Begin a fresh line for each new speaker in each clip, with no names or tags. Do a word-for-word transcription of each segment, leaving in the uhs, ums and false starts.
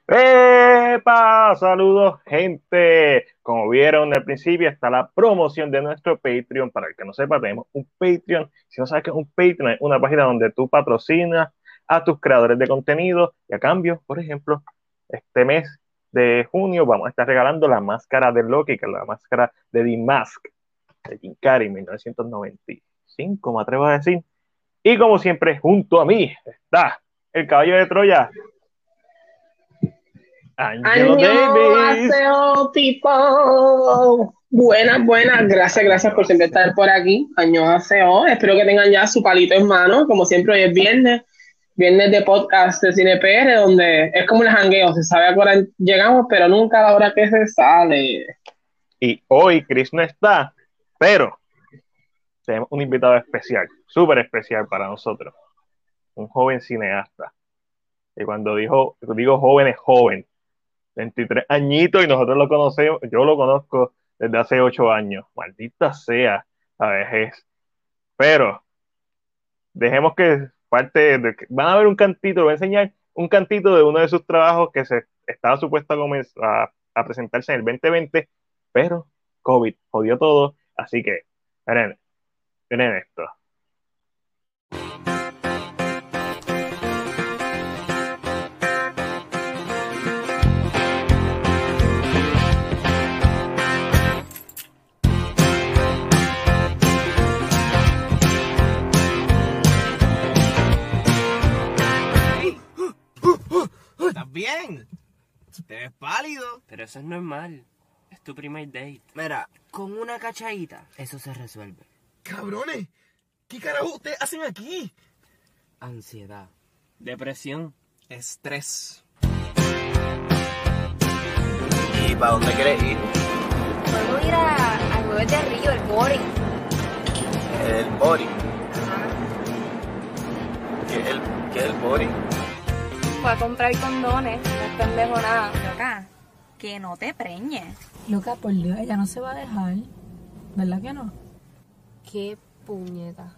¡Epa! Saludos, gente. Como vieron al principio, está la promoción de nuestro Patreon. Para el que no sepa, tenemos un Patreon. Si no sabes qué es un Patreon, es una página donde tú patrocinas a tus creadores de contenido. Y a cambio, por ejemplo, este mes de junio vamos a estar regalando la máscara de Loki, que es la máscara de The Mask de Jim Carrey en mil novecientos noventa y cinco, me atrevo a decir. Y como siempre, junto a mí está el caballo de Troya, Angelo
Año
Davis.
aseo people. Buenas, buenas. Gracias, gracias por siempre estar por aquí. Año aseo. Espero que tengan ya su palito en mano. Como siempre, hoy es viernes. Viernes de podcast de Cine P R, donde es como un jangueo. Se sabe a qué hora llegamos, pero nunca a la hora que se sale.
Y hoy Chris no está, pero tenemos un invitado especial, súper especial para nosotros, un joven cineasta. Y cuando dijo, digo joven es joven, veintitrés añitos y nosotros lo conocemos, yo lo conozco desde hace ocho años. Maldita sea la vejez. Pero dejemos que parte de, van a ver un cantito, le voy a enseñar un cantito de uno de sus trabajos que se estaba supuesto a, comenz- a, a presentarse en el dos mil veinte, pero COVID jodió todo, así que miren, miren esto.
¿Estás bien? Te ves pálido.
Pero eso es normal. Es tu primer date. Mira, con una cachadita, eso se resuelve.
Cabrones, ¿qué carajo ustedes hacen aquí?
Ansiedad, depresión,
Estrés.
¿Y para dónde quieres ir?
Podemos ir a, al jueves de Río, el Bori.
El body.
Ajá.
¿Qué es el, qué es el body?
Fue a comprar condones, no es pendejo nada.
Loca, que no te preñes.
Loca, por Dios, ella no se va a dejar. ¿Verdad que no?
Qué puñeta.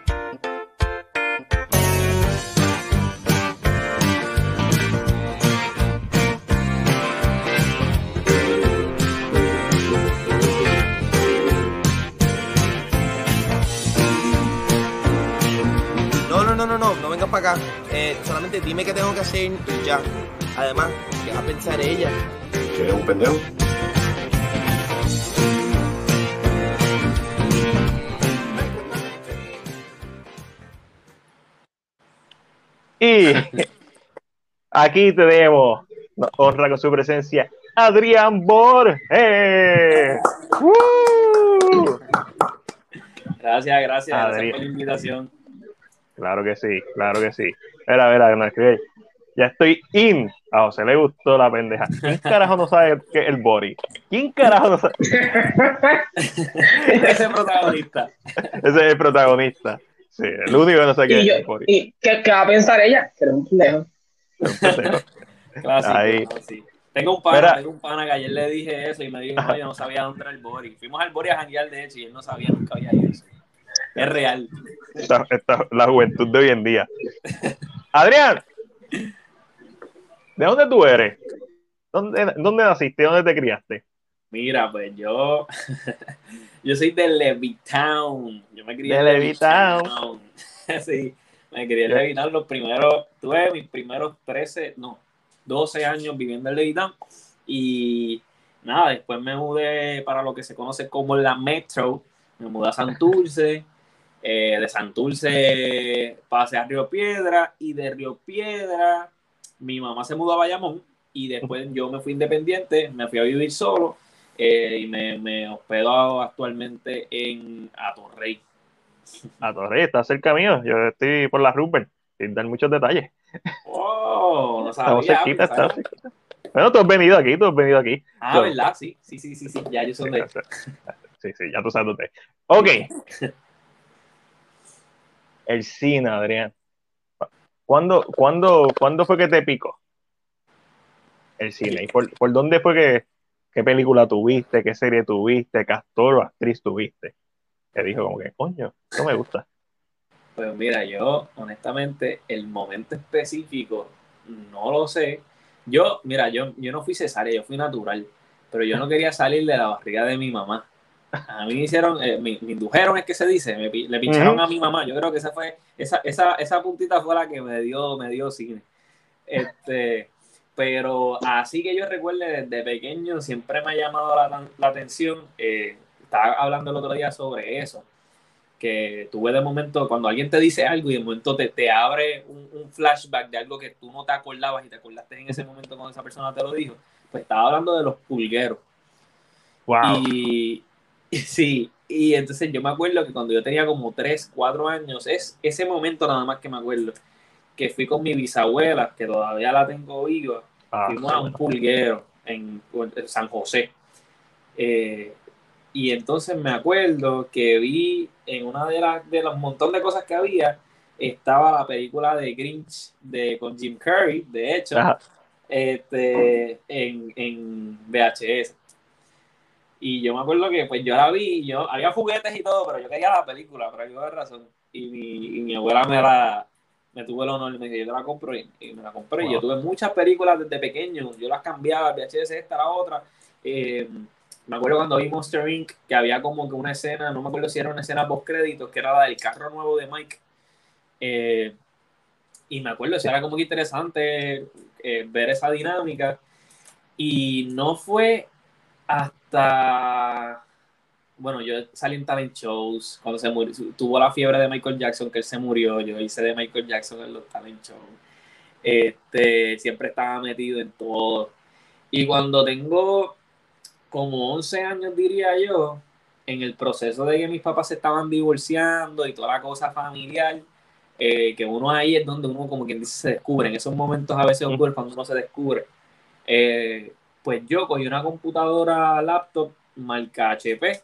No, no, no, no, no, no vengas para acá. Eh, solamente dime qué tengo que hacer y ya. Además, ¿qué va a pensar ella?
Que eres un pendejo.
Y aquí tenemos, nos honra con su presencia, Adrián Borges. ¡Uh!
Gracias, gracias,
Adri-
gracias por la invitación.
Claro que sí, claro que sí. Mira, mira, que nos escribe. Ya estoy in. A José le gustó la pendeja. ¿Quién carajo no sabe qué es el body? ¿Quién carajo no sabe?
Ese protagonista.
Ese es el protagonista. Sí, el único que no sabe qué
¿Y,
es
yo,
el body.
y ¿qué, qué va a pensar ella? Que era un pendejo.
Clásico,
Ahí.
¿no? Sí. Tengo un pana,
Mira.
tengo un pana que ayer le dije eso y me dijo, no, yo no sabía dónde era el Bori. Fuimos al Bori a janguear, de hecho, y él no sabía, nunca había ido eso. Es real.
Esta, esta, la juventud de hoy en día. Adrián, ¿de dónde tú eres? ¿Dónde, dónde naciste? ¿Dónde te criaste?
Mira, pues yo, yo soy de Levittown. Yo me crié
De
en
Levittown.
Levittown. Sí, me crié en Levittown los primeros, tuve mis primeros trece, no, doce años viviendo en Levittown. Y nada, después me mudé para lo que se conoce como la Metro. Me mudé a Santurce. Eh, de Santurce pasé a Río Piedra y de Río Piedra mi mamá se mudó a Bayamón y después yo me fui independiente, me fui a vivir solo eh, y me, me hospedo actualmente en Atorrey.
A Torrey, está cerca mío. Yo estoy por la Rupert, sin dar muchos detalles.
¡Oh! No
Estamos
sabía.
cerquita,
¿Sabes?
estamos cerquita. Bueno, tú has venido aquí, tú has venido aquí.
Ah,
So,
¿verdad? Sí, sí, sí, sí, sí. Ya yo sé dónde.
Sí, sí, ya tú sabes dónde. Ok. El cine, Adrián. ¿Cuándo, cuándo, ¿Cuándo fue que te picó el cine? ¿Y por, por dónde fue que, qué película tuviste, qué serie tuviste, qué actor o actriz tuviste? Que dijo como que, coño, no me gusta.
Pues mira, yo honestamente el momento específico no lo sé, Yo, mira, yo, yo no fui cesárea, yo fui natural, pero yo no quería salir de la barriga de mi mamá. A mí me hicieron, eh, me, me indujeron, es que se dice, me, le pincharon
uh-huh.
a mi mamá. Yo creo que esa fue, esa, esa, esa puntita fue la que me dio, me dio cine. Este, pero así que yo recuerde desde pequeño, siempre me ha llamado la, la atención. Eh, estaba hablando el otro día sobre eso, que tuve de momento, cuando alguien te dice algo y de momento te, te abre un, un flashback de algo que tú no te acordabas y te acordaste en ese momento cuando esa persona te lo dijo, pues estaba hablando de los pulgueros.
Wow.
Y sí, y entonces yo me acuerdo que cuando yo tenía como tres, cuatro años, es ese momento nada más que me acuerdo, que fui con mi bisabuela, que todavía la tengo viva,
Ah,
fuimos a un pulguero en, en San José. Eh, y entonces me acuerdo que vi en una de las de los montón de cosas que había, estaba la película de Grinch de, con Jim Carrey, de hecho, este, en, en V H S. Y yo me acuerdo que pues yo la vi, yo, había juguetes y todo, pero yo quería la película, por alguna razón. Y mi, y mi abuela me la, me tuvo el honor y me dijo, yo te la compro, y, y me la compré. Wow. Y yo tuve muchas películas desde pequeño, yo las cambiaba, V H S esta, la otra. Eh, me acuerdo cuando vi Monster incorporated, que había como que una escena, no me acuerdo si era una escena post créditos, que era la del carro nuevo de Mike. Eh, y me acuerdo, eso era como que interesante eh, ver esa dinámica. Y no fue hasta, bueno, yo salí en talent shows, cuando se murió, tuvo la fiebre de Michael Jackson, que él se murió, yo hice de Michael Jackson en los talent shows. Este, siempre estaba metido en todo. Y cuando tengo como once años, diría yo, en el proceso de que mis papás se estaban divorciando y toda la cosa familiar, eh, que uno ahí es donde uno, como quien dice, se descubre. En esos momentos a veces ocurre cuando uno se descubre. Eh, pues yo cogí una computadora laptop marca H P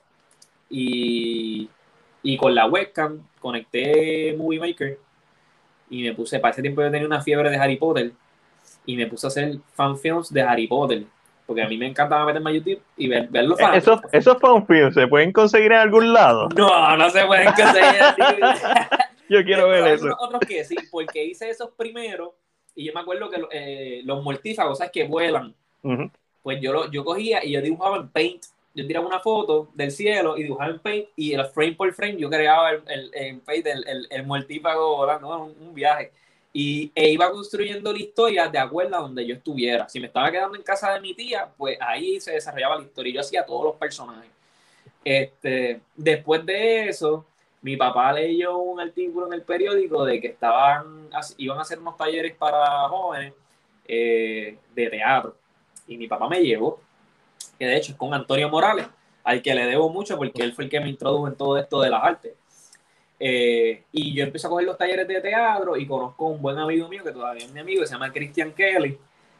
y, y con la webcam conecté Movie Maker y me puse, para ese tiempo yo tenía una fiebre de Harry Potter y me puse a hacer fanfilms de Harry Potter, porque a mí me encantaba meterme a YouTube y ver, ver los fans.
¿Esos, esos fanfilms se pueden conseguir en algún lado?
No, no se pueden conseguir.
Yo quiero ver eso.
Otros que sí, porque hice esos primero y yo me acuerdo que eh, los mortífagos, ¿sabes? Que vuelan. Uh-huh. Pues yo, lo, yo cogía y yo dibujaba en Paint. Yo tiraba una foto del cielo y dibujaba en Paint y el frame por frame yo creaba el, el, en Paint el, el, el mortífago volando, ¿no? un, un viaje. Y e iba construyendo la historia de acuerdo a donde yo estuviera. Si me estaba quedando en casa de mi tía, pues ahí se desarrollaba la historia. Y yo hacía todos los personajes. Este, después de eso, mi papá leyó un artículo en el periódico de que estaban, iban a hacer unos talleres para jóvenes eh, de teatro. Y mi papá me llevó, que de hecho es con Antonio Morales, al que le debo mucho porque él fue el que me introdujo en todo esto de las artes. Eh, y yo empecé a coger los talleres de teatro y conozco a un buen amigo mío, que todavía es mi amigo, que se llama Christian Kelly.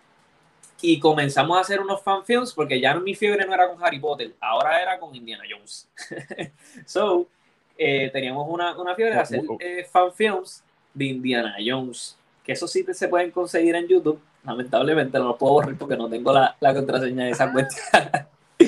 Y comenzamos a hacer unos fanfilms porque ya mi fiebre no era con Harry Potter, ahora era con Indiana Jones. So, eh, teníamos una, una fiebre de hacer eh, fanfilms de Indiana Jones, que eso sí se pueden conseguir en YouTube. Lamentablemente no lo puedo borrar porque no tengo la, la contraseña de esa cuenta.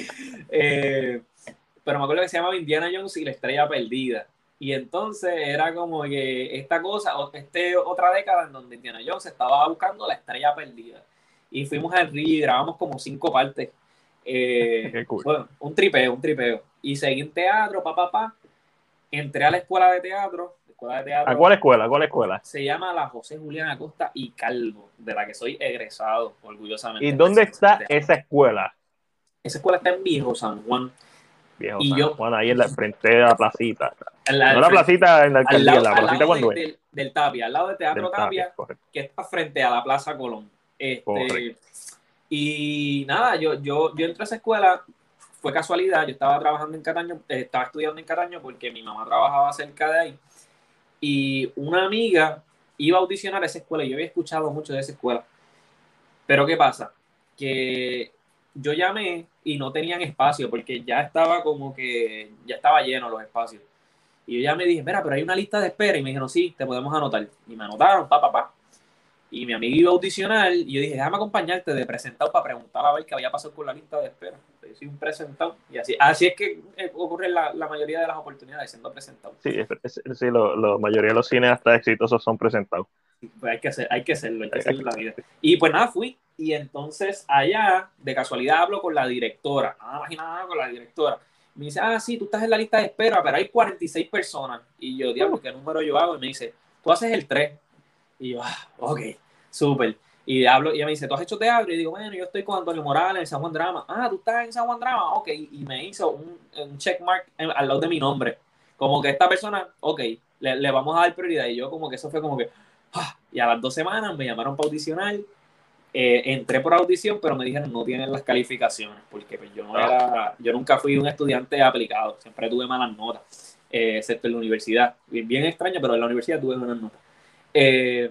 eh, pero me acuerdo que se llamaba Indiana Jones y la estrella perdida. Y entonces era como que esta cosa, este, otra década en donde Indiana Jones estaba buscando la estrella perdida. Y fuimos al río y grabamos como cinco partes. Eh, Qué cool. Bueno, un tripeo, un tripeo. Y seguí en teatro, papá, papá. Pa. Entré a la escuela de teatro. Escuela de teatro.
¿A cuál escuela? ¿A cuál escuela?
Se llama la José Julián Acosta y Calvo, de la que soy egresado, orgullosamente.
¿Y dónde está esa escuela?
Esa escuela está en Viejo San Juan.
Viejo
y
San
yo,
Juan, ahí en la frente de la placita.
La,
no la placita en la alcaldía,
lado,
la placita cuando
de,
es.
Del, del Tapia, al lado del Teatro del Tapia, Tapia que está frente a la Plaza Colón. Este, y nada, yo, yo, yo entré a esa escuela, fue casualidad, yo estaba trabajando en Cataño, eh, estaba estudiando en Cataño porque mi mamá trabajaba cerca de ahí. Y una amiga iba a audicionar a esa escuela y yo había escuchado mucho de esa escuela. Pero ¿qué pasa? Que yo llamé y no tenían espacio porque ya estaba como que ya estaba lleno los espacios. Y yo ya me dije, mira, pero hay una lista de espera. Y me dijeron, sí, te podemos anotar. Y me anotaron, pa, pa, pa. Y mi amigo iba a audicionar y yo dije, déjame acompañarte de presentado para preguntar a ver qué había pasado con la lista de espera. Yo soy un presentado. Y así, así es que ocurre la, la mayoría de las oportunidades siendo presentado.
Sí, es, es, sí lo, la mayoría de los cineastas exitosos son presentados.
Pues hay que hacer, hay que hacerlo, hay que hacerlo en la vida. Y pues nada, fui. y entonces allá, de casualidad, hablo con la directora. Nada más y nada con la directora. Me dice, ah, sí, tú estás en la lista de espera, pero hay cuarenta y seis personas. Y yo, diablo, ¿qué número yo hago? Y me dice, tú haces el tres. Y yo, ah, ok, súper. Y hablo, y ella me dice, ¿tú has hecho teatro? Y digo, bueno, yo estoy con Antonio Morales en San Juan Drama. Ah, ¿tú estás en San Juan Drama? Ok, y me hizo un, un checkmark al lado de mi nombre. Como que esta persona, ok, le, le vamos a dar prioridad. Y yo como que eso fue como que, ah. Y a las dos semanas me llamaron para audicionar. Eh, entré por audición, pero me dijeron no tienen las calificaciones, porque pues, yo no era, yo nunca fui un estudiante aplicado, siempre tuve malas notas, eh, excepto en la universidad. Bien, bien extraño, pero en la universidad tuve buenas notas. Eh,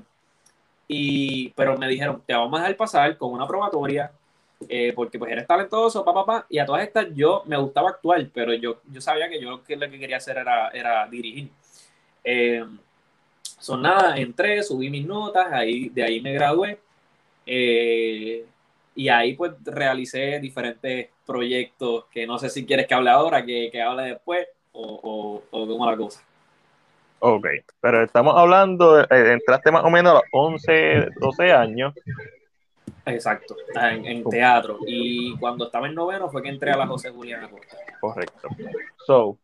y, pero me dijeron, te vamos a dejar pasar con una probatoria, eh, porque pues eres talentoso, papá, papá, y a todas estas yo me gustaba actuar, pero yo, yo sabía que yo lo que, lo que quería hacer era, era dirigir. Eh, son nada, entré, subí mis notas, ahí, de ahí me gradué. Eh, y ahí pues realicé diferentes proyectos que no sé si quieres que hable ahora, que, que hable después o, o, o cómo la cosa.
Ok, pero estamos hablando, eh, entraste más o menos a los once, doce años.
Exacto, en, en teatro, y cuando estaba en noveno fue que entré a la José Julián Acosta.
Correcto. So,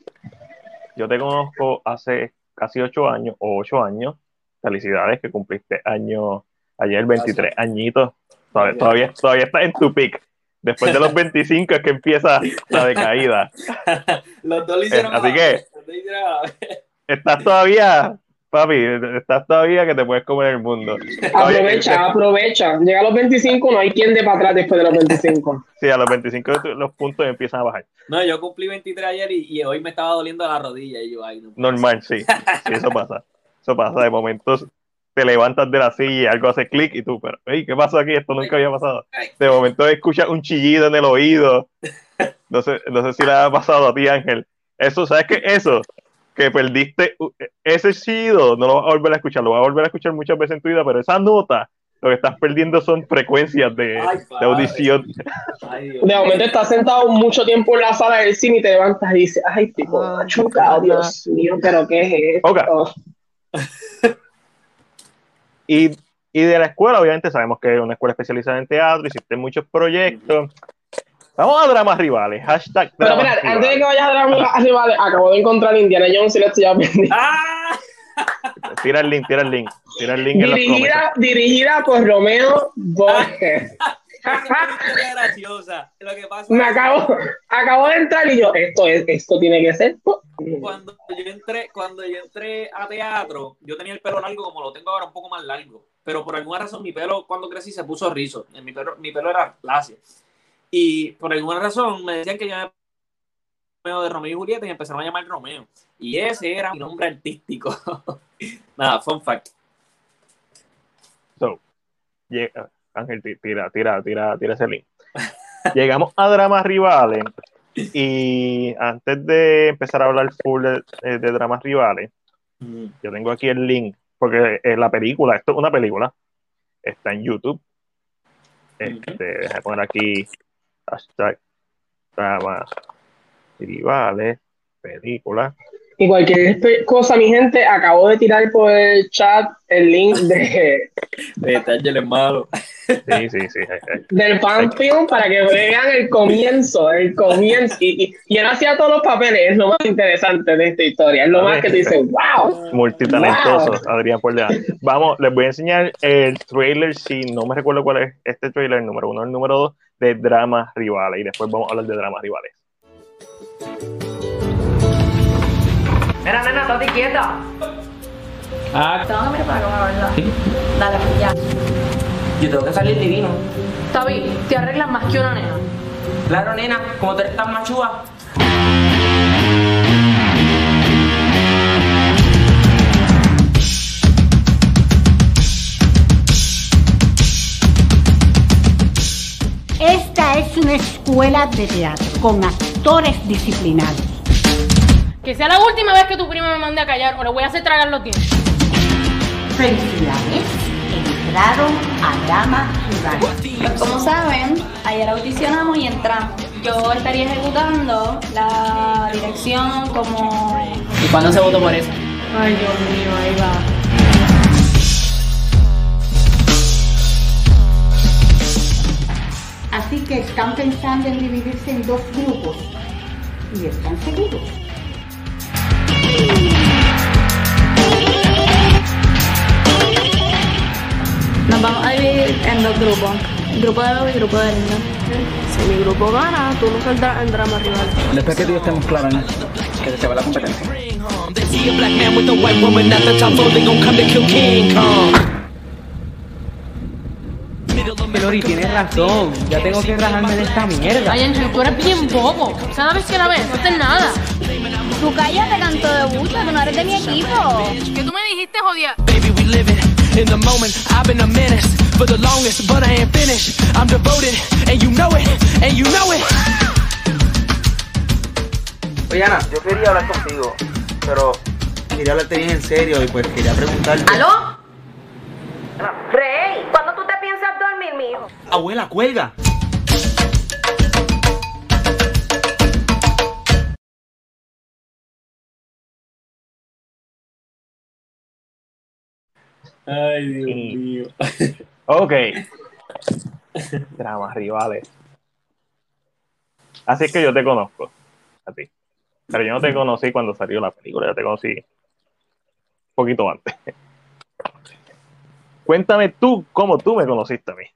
yo te conozco hace casi ocho años o ocho años. Felicidades que cumpliste año ayer, veintitrés Gracias. Añitos. Todavía, todavía, todavía estás en tu pick. Después de los veinticinco es que empieza la decaída.
Los dos le hicieron
Así que estás todavía, papi, estás todavía que te puedes comer el mundo.
Aprovecha, que... aprovecha. Llega a los veinticinco, no hay quien de para atrás después de los veinticinco.
Sí, a los veinticinco los puntos empiezan a bajar.
No, yo cumplí veintitrés ayer y, y hoy me estaba doliendo la rodilla y yo, ay, no.
Normal, sí. Sí, eso pasa. Eso pasa. De momentos te levantas de la silla y algo hace clic y tú, pero, hey, ¿qué pasó aquí? Esto nunca había pasado. De momento escuchas un chillido en el oído. No sé, no sé si le ha pasado a ti, Ángel. Eso, ¿sabes qué? Eso, que perdiste ese chillido, no lo vas a volver a escuchar, lo vas a volver a escuchar muchas veces en tu vida, pero esa nota, lo que estás perdiendo son frecuencias de, ay, de audición.
Ay, de momento estás sentado mucho tiempo en la sala del cine y te levantas y dices, ay, tipo, machucado, Dios mío, pero ¿qué es esto?
Okay. Y, y de la escuela, obviamente sabemos que es una escuela especializada en teatro, hiciste muchos proyectos. Vamos a dramas rivales. Hashtag
Pero mira, antes de que vayas a dramas rivales, acabo de encontrar Indiana Jones y le estoy aprendiendo.
¡Ah!
Tira el link, tira el link. Tira el link
dirigida, en dirigida por Romeo Borges.
graciosa. Lo que pasa
Me acabo, acabo de entrar y yo, esto es, esto tiene que ser.
Cuando yo entré, cuando yo entré a teatro, yo tenía el pelo largo como lo tengo ahora, un poco más largo. Pero por alguna razón mi pelo cuando crecí se puso rizo. Mi pelo, mi pelo era lacio. Y por alguna razón me decían que yo era de Romeo y Julieta y empezaron a llamar Romeo. Y ese era mi nombre artístico. Nada, fun fact.
So, yeah. Ángel, tira, tira, tira, tira ese link. Llegamos a dramas rivales y antes de empezar a hablar full de, de dramas rivales, mm. yo tengo aquí el link, porque es la película, esto es una película, está en YouTube. Este, mm-hmm. Déjame poner aquí hashtag dramas rivales, película.
Y cualquier cosa, mi gente, acabo de tirar por el chat el link de...
de Ángeles Malo.
Sí, sí, sí.
Del fanfilm para que vean el comienzo, el comienzo. Y, y, y él hacía todos los papeles, es lo más interesante de esta historia. Es lo más que te dice, wow.
Multitalentoso,
wow.
Adrián Puerta. Vamos, les voy a enseñar el trailer, si no me recuerdo cuál es este trailer, el número uno, el número dos, de dramas rivales. Y después vamos a hablar de dramas rivales.
Mira, nena, estate quieta.
Ah.
Tengo que mirar para acá, ¿verdad?
Sí.
Dale, ya.
Yo tengo que salir divino.
Tavi, te arreglas más que una nena.
Claro, nena, como tú eres tan machúa.
Esta es una escuela de teatro con actores disciplinados.
Que sea la última vez que tu prima me mande a callar o le voy a hacer tragar los dientes.
Felicidades, entraron a Dramas Rivales.
Pues como saben, ayer audicionamos y entramos. Yo estaría ejecutando la dirección como...
¿Y cuándo se votó por eso?
Ay, Dios mío, ahí va.
Así que están pensando en dividirse en dos grupos. ¿Y están seguros?
Nos vamos a dividir en dos grupos. Grupo de Bebo y grupo de Linda.
Si mi grupo gana, tú no saldrás en drama rival.
Después que tú y yo estemos claros en esto, que se va la competencia.
Lori, tienes razón. Ya tengo que rajarme de esta mierda.
Ay, Ángel, tú eres bien bobo. Cada vez que la ves, no haces nada.
Tú cállate, canto de bucha, tú no eres de mi equipo.
¿Qué tú me dijiste, jodida?
Baby, we live it in the moment. I've been a menace for the longest, but I ain't finished. I'm devoted, and you know it, and you know it.
Oye, Ana, yo quería hablar contigo, pero quería hablarte bien en serio y pues quería preguntarte.
¿Aló? Rey, ¿cuándo tú te piensas dormir, mijo?
Abuela, cuelga.
Ay, Dios mío.
Ok. Dramas rivales. Así es que yo te conozco a ti. Pero yo no te conocí cuando salió la película, yo te conocí un poquito antes. Cuéntame tú cómo tú me conociste a mí.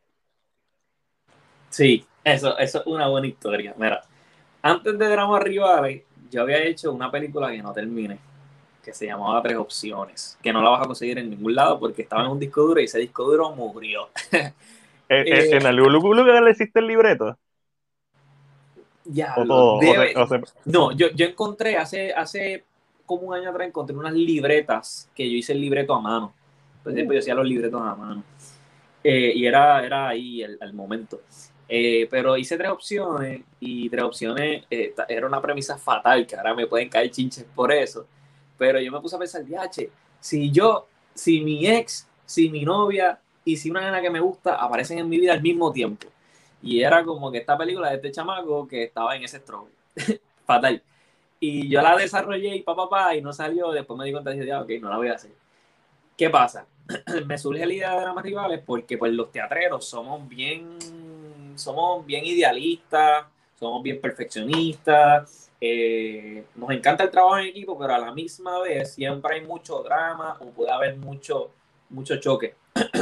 Sí, eso, eso es una buena historia. Mira, antes de Dramas Rivales, yo había hecho una película que no terminé, que se llamaba Tres Opciones, que no la vas a conseguir en ningún lado porque estaba en un disco duro y ese disco duro murió.
¿En, eh, ¿En algún lugar le hiciste el libreto?
Ya,
o todo,
debe...
o se, o se...
No, yo, yo encontré hace, hace como un año atrás, encontré unas libretas que yo hice el libreto a mano. Pues siempre yo hacía los libretos a mano. Eh, y era, era ahí el, el momento. Eh, pero hice Tres Opciones y Tres Opciones eh, era una premisa fatal, que ahora me pueden caer chinches por eso. Pero yo me puse a pensar, viache, si yo, si mi ex, si mi novia y si una nena que me gusta aparecen en mi vida al mismo tiempo. Y era como que esta película de este chamaco que estaba en ese struggle. Fatal. Y yo la desarrollé y pa, pa, pa, y no salió. Después me di cuenta y dije, ya, ok, no la voy a hacer. ¿Qué pasa? Me surge la idea de Dramas Rivales porque pues los teatreros somos bien, somos bien idealistas, somos bien perfeccionistas, eh, nos encanta el trabajo en equipo, pero a la misma vez siempre hay mucho drama o puede haber mucho, mucho choque.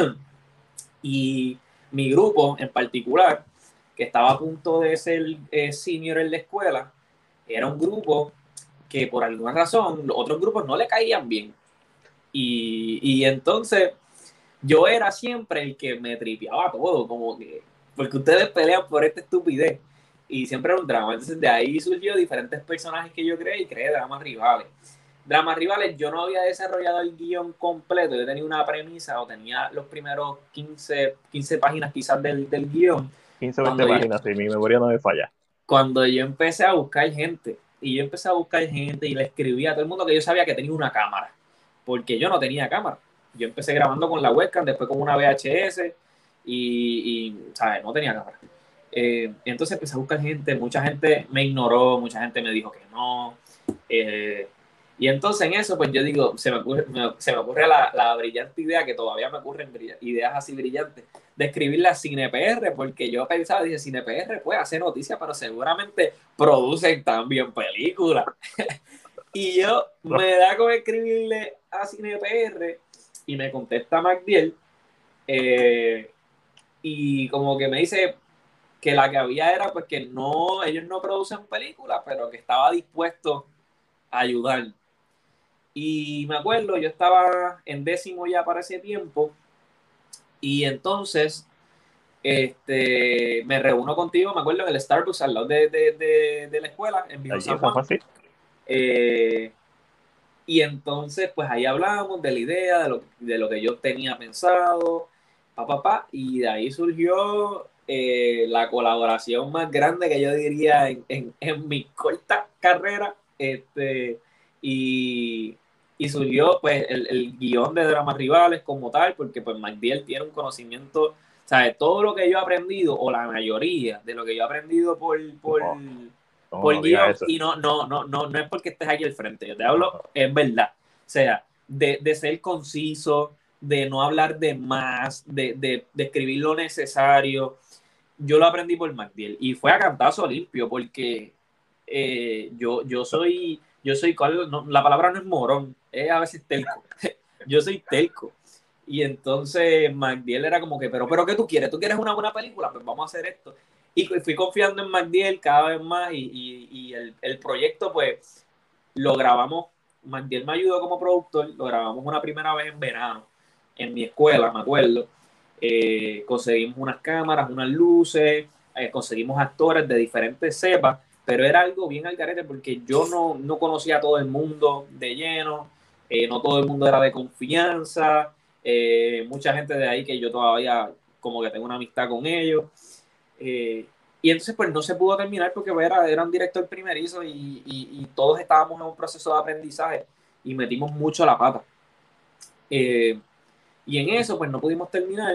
Y mi grupo en particular, que estaba a punto de ser eh, senior en la escuela, era un grupo que por alguna razón los otros grupos no le caían bien. Y, y entonces yo era siempre el que me tripeaba todo, como que, porque ustedes pelean por esta estupidez. Y siempre era un drama. Entonces de ahí surgió diferentes personajes que yo creé y creé Dramas Rivales. Dramas Rivales, yo no había desarrollado el guión completo, yo tenía una premisa o tenía los primeros quince, quince páginas quizás del, del guión.
quince o veinte páginas, sí, mi memoria no me falla.
Cuando yo empecé a buscar gente, y yo empecé a buscar gente y le escribía a todo el mundo que yo sabía que tenía una cámara. Porque yo no tenía cámara. Yo empecé grabando con la webcam, después con una V H S y, y ¿sabes? No tenía cámara. Eh, entonces empecé a buscar gente, mucha gente me ignoró, mucha gente me dijo que no. Eh, y entonces en eso, pues yo digo, se me ocurre, me, se me ocurre la, la brillante idea, que todavía me ocurren ideas así brillantes, de escribirla a Cine P R, porque yo pensaba, dije, Cine P R puede hacer noticias, pero seguramente producen también películas. Y yo me da con escribirle a Cine P R y me contesta Magdiel eh, y como que me dice que la que había era pues que no, ellos no producen películas, pero que estaba dispuesto a ayudar. Y me acuerdo, yo estaba en décimo ya para ese tiempo y entonces este, me reúno contigo, me acuerdo, en el Starbucks al lado de, de, de, de la escuela en Viejo San Juan. Eh, y entonces pues ahí hablábamos de la idea de lo, de lo que yo tenía pensado pa, pa, pa, y de ahí surgió eh, la colaboración más grande que yo diría en, en, en mi corta carrera este, y, y surgió pues el, el guión de Dramas Rivales como tal, porque pues Magdiel tiene un conocimiento, ¿sabes? Todo lo que yo he aprendido o la mayoría de lo que yo he aprendido por, por oh.
No,
por
no
guión, y no, no, no, no, no es porque estés aquí al frente, yo te hablo, es verdad. O sea, de, de ser conciso, de no hablar de más, de, de, de escribir lo necesario, yo lo aprendí por MacDiel y fue a cantazo limpio porque eh, yo, yo soy, yo soy, ¿cuál? No, la palabra no es morón, es a veces telco. Yo soy telco. Y entonces MacDiel era como que, pero, pero ¿qué tú quieres? ¿Tú quieres una buena película? Pues vamos a hacer esto. Y fui confiando en MacDiel cada vez más y, y, y el, el proyecto pues lo grabamos. MacDiel me ayudó como productor, lo grabamos una primera vez en verano en mi escuela, me acuerdo. Eh, conseguimos unas cámaras, unas luces, eh, conseguimos actores de diferentes cepas, pero era algo bien al garete porque yo no, no conocía a todo el mundo de lleno, eh, no todo el mundo era de confianza, eh, mucha gente de ahí que yo todavía como que tengo una amistad con ellos, eh, y entonces pues no se pudo terminar porque era, era un director primerizo y, y, y todos estábamos en un proceso de aprendizaje y metimos mucho la pata. Eh, Y en eso, pues no pudimos terminar.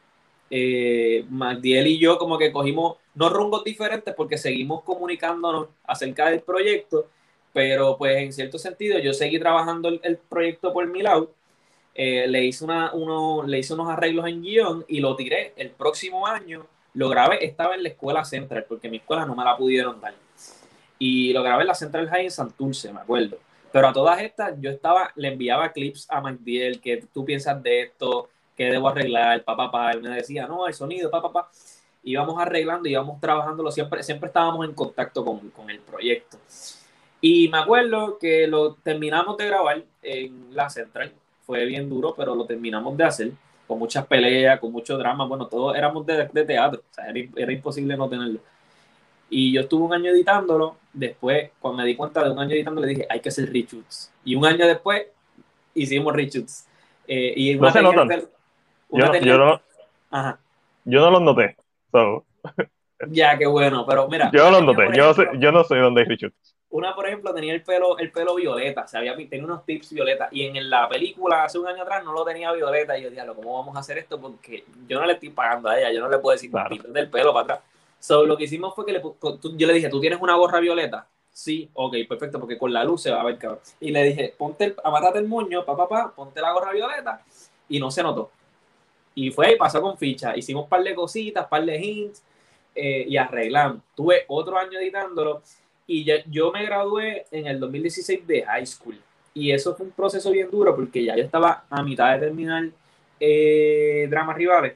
Eh, MacDiel y yo como que cogimos no rumbos diferentes porque seguimos comunicándonos acerca del proyecto, pero pues en cierto sentido yo seguí trabajando el, el proyecto por mi lado. Eh, le, hice una, uno, le hice unos arreglos en guión y lo tiré el próximo año. Lo grabé, estaba en la escuela Central porque mi escuela no me la pudieron dar. Y lo grabé en la Central High en Santurce, me acuerdo. Pero a todas estas, yo estaba, le enviaba clips a MacDiel, que tú piensas de esto, que debo arreglar, papá, papá. Él me decía, no, el sonido, papá, papá. Íbamos arreglando, íbamos trabajándolo, siempre, siempre estábamos en contacto con, con el proyecto. Y me acuerdo que lo terminamos de grabar en la Central. Fue bien duro, pero lo terminamos de hacer, con muchas peleas, con mucho drama. Bueno, todos éramos de, de teatro, o sea, era, era imposible no tenerlo. Y yo estuve un año editándolo. Después, cuando me di cuenta de un año editándolo, le dije, hay que hacer reshoots. Y un año después, hicimos reshoots. Eh, y
no se notan. Hacer, yo, tenía, yo, no,
ajá.
yo no los noté. So.
Ya, qué bueno. Pero mira.
Yo no los noté. Ejemplo, yo, sé, yo no sé dónde hay reshoots.
Una, por ejemplo, tenía el pelo, el pelo violeta. O sea, había, tenía unos tips violeta. Y en la película, hace un año atrás, no lo tenía violeta. Y yo, diablo, ¿cómo vamos a hacer esto? Porque yo no le estoy pagando a ella. Yo no le puedo decir, claro, pítate el pelo para atrás. So, lo que hicimos fue que le, yo le dije, ¿tú tienes una gorra violeta? Sí, ok, perfecto, porque con la luz se va a ver cabrón. Y le dije, ponte, el, amátate el moño, papá, papá, ponte la gorra violeta. Y no se notó. Y fue y pasó con ficha. Hicimos un par de cositas, par de hints eh, y arreglamos. Tuve otro año editándolo y ya, yo me gradué en el dos mil dieciséis de high school. Y eso fue un proceso bien duro porque ya yo estaba a mitad de terminar eh, Dramas Rivales.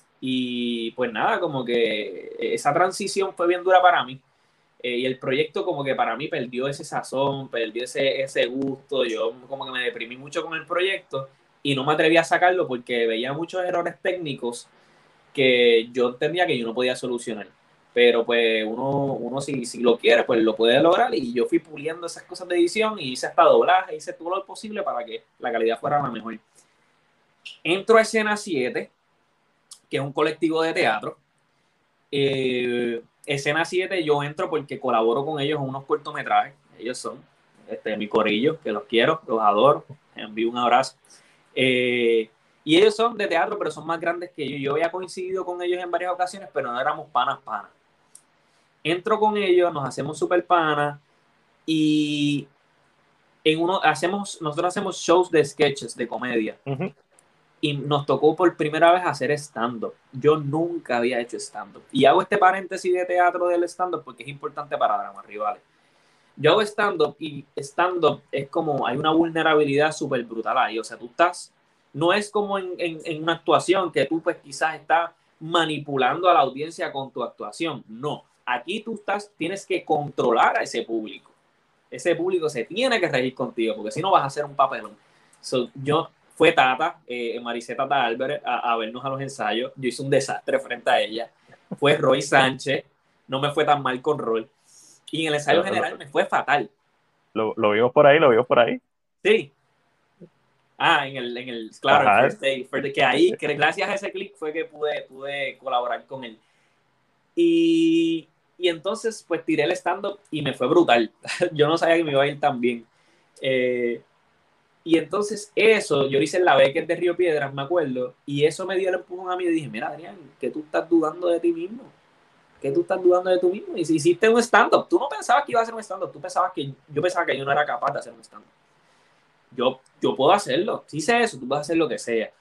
Y pues nada, como que esa transición fue bien dura para mí. Eh, y el proyecto como que para mí perdió ese sazón, perdió ese, ese gusto. Yo como que me deprimí mucho con el proyecto y no me atreví a sacarlo porque veía muchos errores técnicos que yo entendía que yo no podía solucionar. Pero pues uno, uno si, si lo quiere, pues lo puede lograr. Y yo fui puliendo esas cosas de edición y hice hasta doblaje, hice todo lo posible para que la calidad fuera la mejor. Entro a Escena siete, que es un colectivo de teatro. Eh, Escena siete, yo entro porque colaboro con ellos en unos cortometrajes. Ellos son este, mi corillo, que los quiero, los adoro. Les envío un abrazo. Eh, y ellos son de teatro, pero son más grandes que yo. Yo había coincidido con ellos en varias ocasiones, pero no éramos panas, panas. Entro con ellos, nos hacemos super panas y en uno, hacemos, nosotros hacemos shows de sketches, de comedia. Uh-huh. Y nos tocó por primera vez hacer stand-up. Yo nunca había hecho stand-up. Y hago este paréntesis de teatro del stand-up porque es importante para Dramas Rivales. Yo hago stand-up y stand-up es como, hay una vulnerabilidad súper brutal ahí. O sea, tú estás, no es como en, en, en una actuación que tú pues quizás estás manipulando a la audiencia con tu actuación. No, aquí tú estás, tienes que controlar a ese público. Ese público se tiene que reír contigo porque si no vas a hacer un papelón. So, yo... Fue Tata, eh, Maricé Tata Álvarez, a, a vernos a los ensayos. Yo hice un desastre frente a ella. Fue Roy Sánchez. No me fue tan mal con Roy. Y en el ensayo Pero, general lo, me fue fatal.
Lo, lo vimos por ahí, lo vimos por ahí.
Sí. Ah, en el, en el claro, el first day, first day, que ahí, que gracias a ese clip fue que pude, pude colaborar con él. Y, y entonces, pues tiré el stand-up y me fue brutal. Yo no sabía que me iba a ir tan bien. Eh, Y entonces eso, yo hice en la Becker de Río Piedras, me acuerdo, y eso me dio el empujón a mí y dije, mira, Adrián, que tú estás dudando de ti mismo, que tú estás dudando de tú mismo, y si hiciste un stand-up, tú no pensabas que iba a hacer un stand-up, tú pensabas que, yo pensaba que yo no era capaz de hacer un stand-up. Yo, yo puedo hacerlo, si hice eso, tú puedes hacer lo que sea.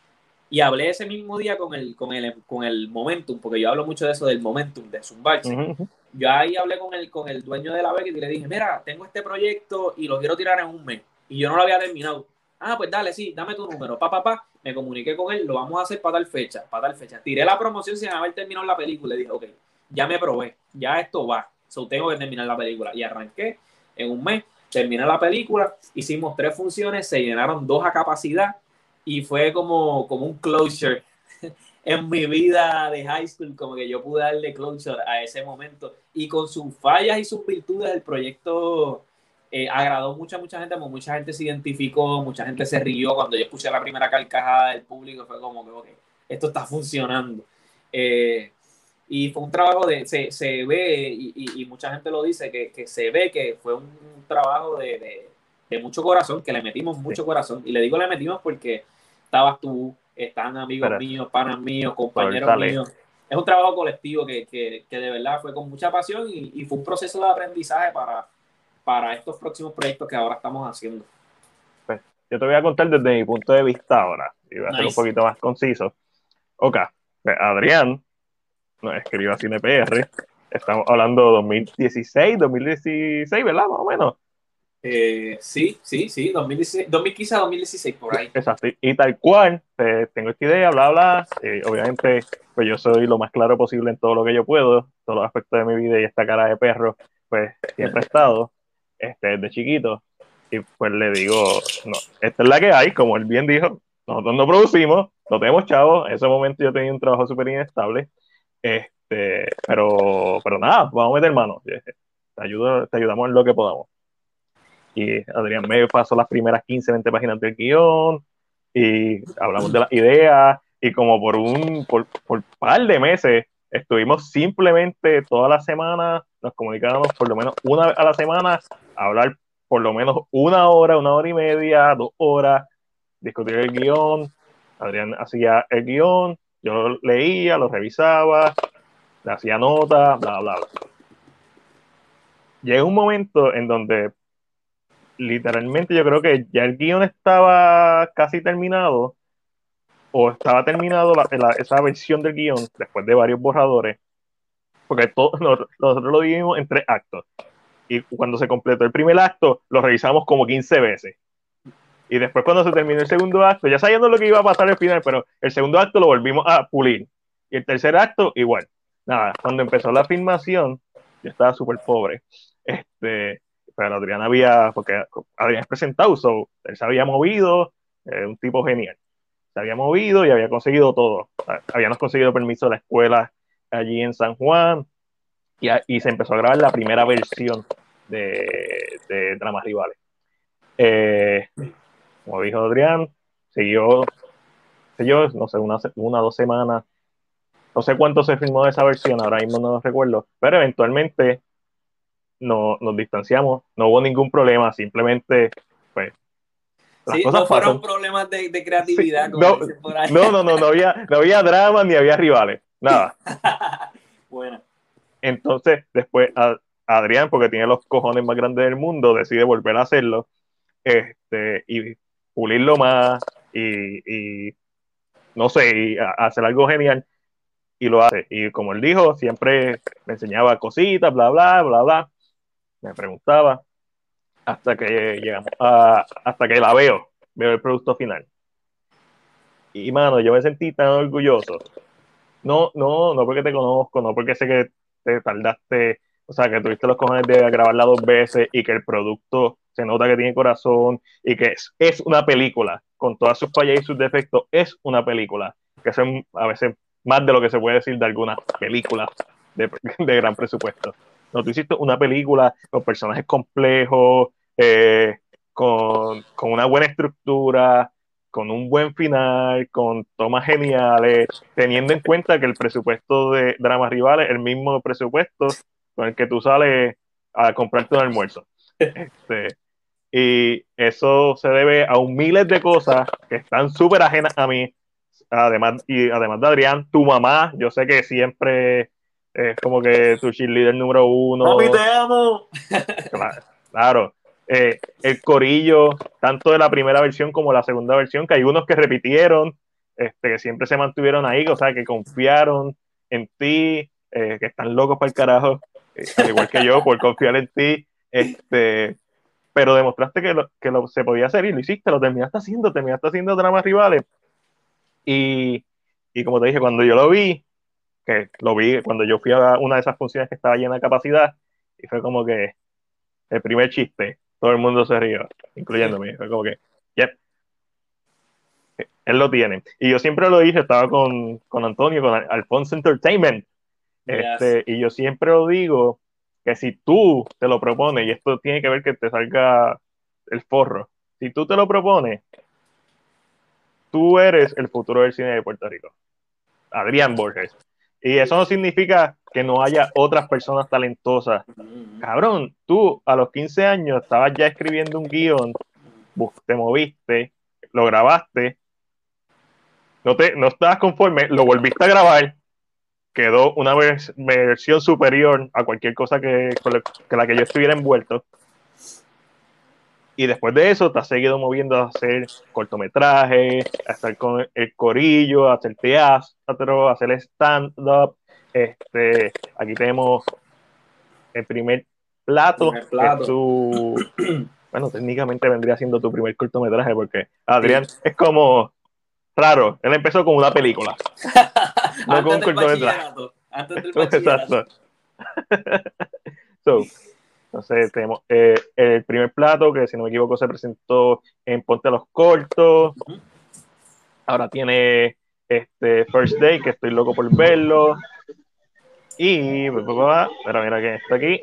Y hablé ese mismo día con el, con el, con el momentum, porque yo hablo mucho de eso del momentum, de zumbarse. Uh-huh. Yo ahí hablé con el, con el dueño de la beca y le dije, mira, tengo este proyecto y lo quiero tirar en un mes. Y yo no lo había terminado. Ah, pues dale, sí, dame tu número. Pa, pa, pa. Me comuniqué con él, lo vamos a hacer para tal fecha, para tal fecha. Tiré la promoción sin haber terminado la película. Le dije, ok, ya me probé, ya esto va. So, tengo que terminar la película. Y arranqué en un mes, terminé la película, hicimos tres funciones, se llenaron dos a capacidad y fue como, como un closure en mi vida de high school, como que yo pude darle closure a ese momento. Y con sus fallas y sus virtudes, el proyecto eh, agradó mucha, mucha gente, como mucha gente se identificó, mucha gente se rió. Cuando yo escuché la primera carcajada del público, fue como que, ok, esto está funcionando. Eh, y fue un trabajo de, se, se ve, y, y, y mucha gente lo dice, que, que se ve que fue un, un trabajo de, de, de mucho corazón, que le metimos mucho sí. corazón. Y le digo le metimos porque estabas tú, están amigos Pero, míos, panas míos, compañeros míos. Es un trabajo colectivo que, que, que de verdad fue con mucha pasión y, y fue un proceso de aprendizaje para, para estos próximos proyectos que ahora estamos haciendo.
Pues, yo te voy a contar desde mi punto de vista ahora, y voy a nice. ser un poquito más conciso. Ok, pues Adrián nos escribió a Cine P R, estamos hablando de dos mil dieciséis, dos mil dieciséis, ¿verdad? Más o menos.
Eh, sí, sí, sí, dos mil dieciséis, dos mil quince a dos mil dieciséis, por ahí.
Exacto, y tal cual, eh, tengo esta idea, bla, bla, eh, obviamente, pues yo soy lo más claro posible en todo lo que yo puedo, todos los aspectos de mi vida, y esta cara de perro, pues siempre he estado, este, desde chiquito, y pues le digo, no, esta es la que hay, como él bien dijo, nosotros no producimos, no tenemos chavos, en ese momento yo tenía un trabajo súper inestable, este, pero, pero nada, vamos a meter mano, te, ayudo, te ayudamos en lo que podamos. Y Adrián me pasó las primeras quince, veinte páginas del guión y hablamos de las ideas y como por un por, por par de meses estuvimos simplemente toda la semana, nos comunicábamos por lo menos una vez a la semana, a hablar por lo menos una hora, una hora y media, dos horas, discutir el guión. Adrián hacía el guión, yo lo leía, lo revisaba, le hacía notas, bla, bla, bla. Llega un momento en donde literalmente yo creo que ya el guión estaba casi terminado o estaba terminado la, la, esa versión del guión después de varios borradores, porque todo, nosotros, nosotros lo dividimos en tres actos y cuando se completó el primer acto lo revisamos como quince veces y después cuando se terminó el segundo acto ya sabiendo lo que iba a pasar al final, pero el segundo acto lo volvimos a pulir y el tercer acto igual. Nada, cuando empezó la filmación yo estaba súper pobre, este pero Adrián había, porque Adrián es presentado, so, él se había movido, eh, un tipo genial, se había movido y había conseguido todo, habíamos conseguido permiso de la escuela allí en San Juan y, y se empezó a grabar la primera versión de, de Dramas Rivales. Eh, como dijo Adrián, siguió, siguió no sé, una, una dos semanas, no sé cuánto se filmó de esa versión, ahora mismo no lo recuerdo, pero eventualmente No, nos distanciamos, no hubo ningún problema, simplemente pues
las sí, cosas no fueron pasan. Problemas de, de creatividad sí, como
no,
dicen por ahí.
no, no, no, no había, no había drama ni había rivales, nada.
Bueno.
Entonces después a, Adrián, porque tiene los cojones más grandes del mundo, decide volver a hacerlo este, y pulirlo más y, y no sé, y a, a hacer algo genial y lo hace, y como él dijo, siempre me enseñaba cositas, bla, bla, bla, bla. Me preguntaba hasta que llegamos a, hasta que la veo, veo el producto final. Y mano, yo me sentí tan orgulloso. No, no, no porque te conozco, no porque sé que te tardaste, o sea, que tuviste los cojones de grabarla dos veces y que el producto se nota que tiene corazón y que es, es una película, con todas sus fallas y sus defectos, es una película, que son a veces más de lo que se puede decir de algunas películas de, de gran presupuesto. No, tú hiciste una película con personajes complejos, eh, con, con una buena estructura, con un buen final, con tomas geniales, teniendo en cuenta que el presupuesto de Dramas Rivales es el mismo presupuesto con el que tú sales a comprarte un almuerzo. Este, y eso se debe a un miles de cosas que están súper ajenas a mí, además, y además de Adrián, tu mamá, yo sé que siempre es como que tu cheerleader número uno.
¡Papi, te amo!
Claro, claro. Eh, el corillo, tanto de la primera versión como la segunda versión, que hay unos que repitieron, este, que siempre se mantuvieron ahí, o sea, que confiaron en ti, eh, que están locos para el carajo, eh, al igual que yo, por confiar en ti, este, pero demostraste que, lo, que lo, se podía hacer y lo hiciste, lo terminaste haciendo, terminaste haciendo Dramas Rivales. Y, y como te dije, cuando yo lo vi, que lo vi cuando yo fui a una de esas funciones que estaba llena de capacidad, y fue como que el primer chiste, todo el mundo se rió, incluyéndome, fue como que, yep, él lo tiene. Y yo siempre lo dije, estaba con, con Antonio, con Alfonso Entertainment,
Yes.
este, y yo siempre lo digo, que si tú te lo propones, y esto tiene que ver que te salga el forro, si tú te lo propones, tú eres el futuro del cine de Puerto Rico. Adrián Borges. Y eso no significa que no haya otras personas talentosas. Cabrón, tú a los quince años estabas ya escribiendo un guión, te moviste, lo grabaste, no, te, no estabas conforme, lo volviste a grabar, quedó una vers versión superior a cualquier cosa que, con la, que la que yo estuviera envuelto. Y después de eso te has seguido moviendo a hacer cortometrajes, a estar con el corillo, a hacer teatro, a hacer stand-up. Este, aquí tenemos el primer plato,
Primer plato.
que es tu, bueno, técnicamente vendría siendo tu primer cortometraje, porque Adrián sí. Es como raro, él empezó con una película, no
antes
con un
del
cortometraje.
Antes del bachillerato.
Exacto. So, entonces tenemos eh, el primer plato, que si no me equivoco se presentó en Ponte los Cortos. Uh-huh. Ahora tiene este First Day, que estoy loco por verlo. Y mira, mira quién está aquí.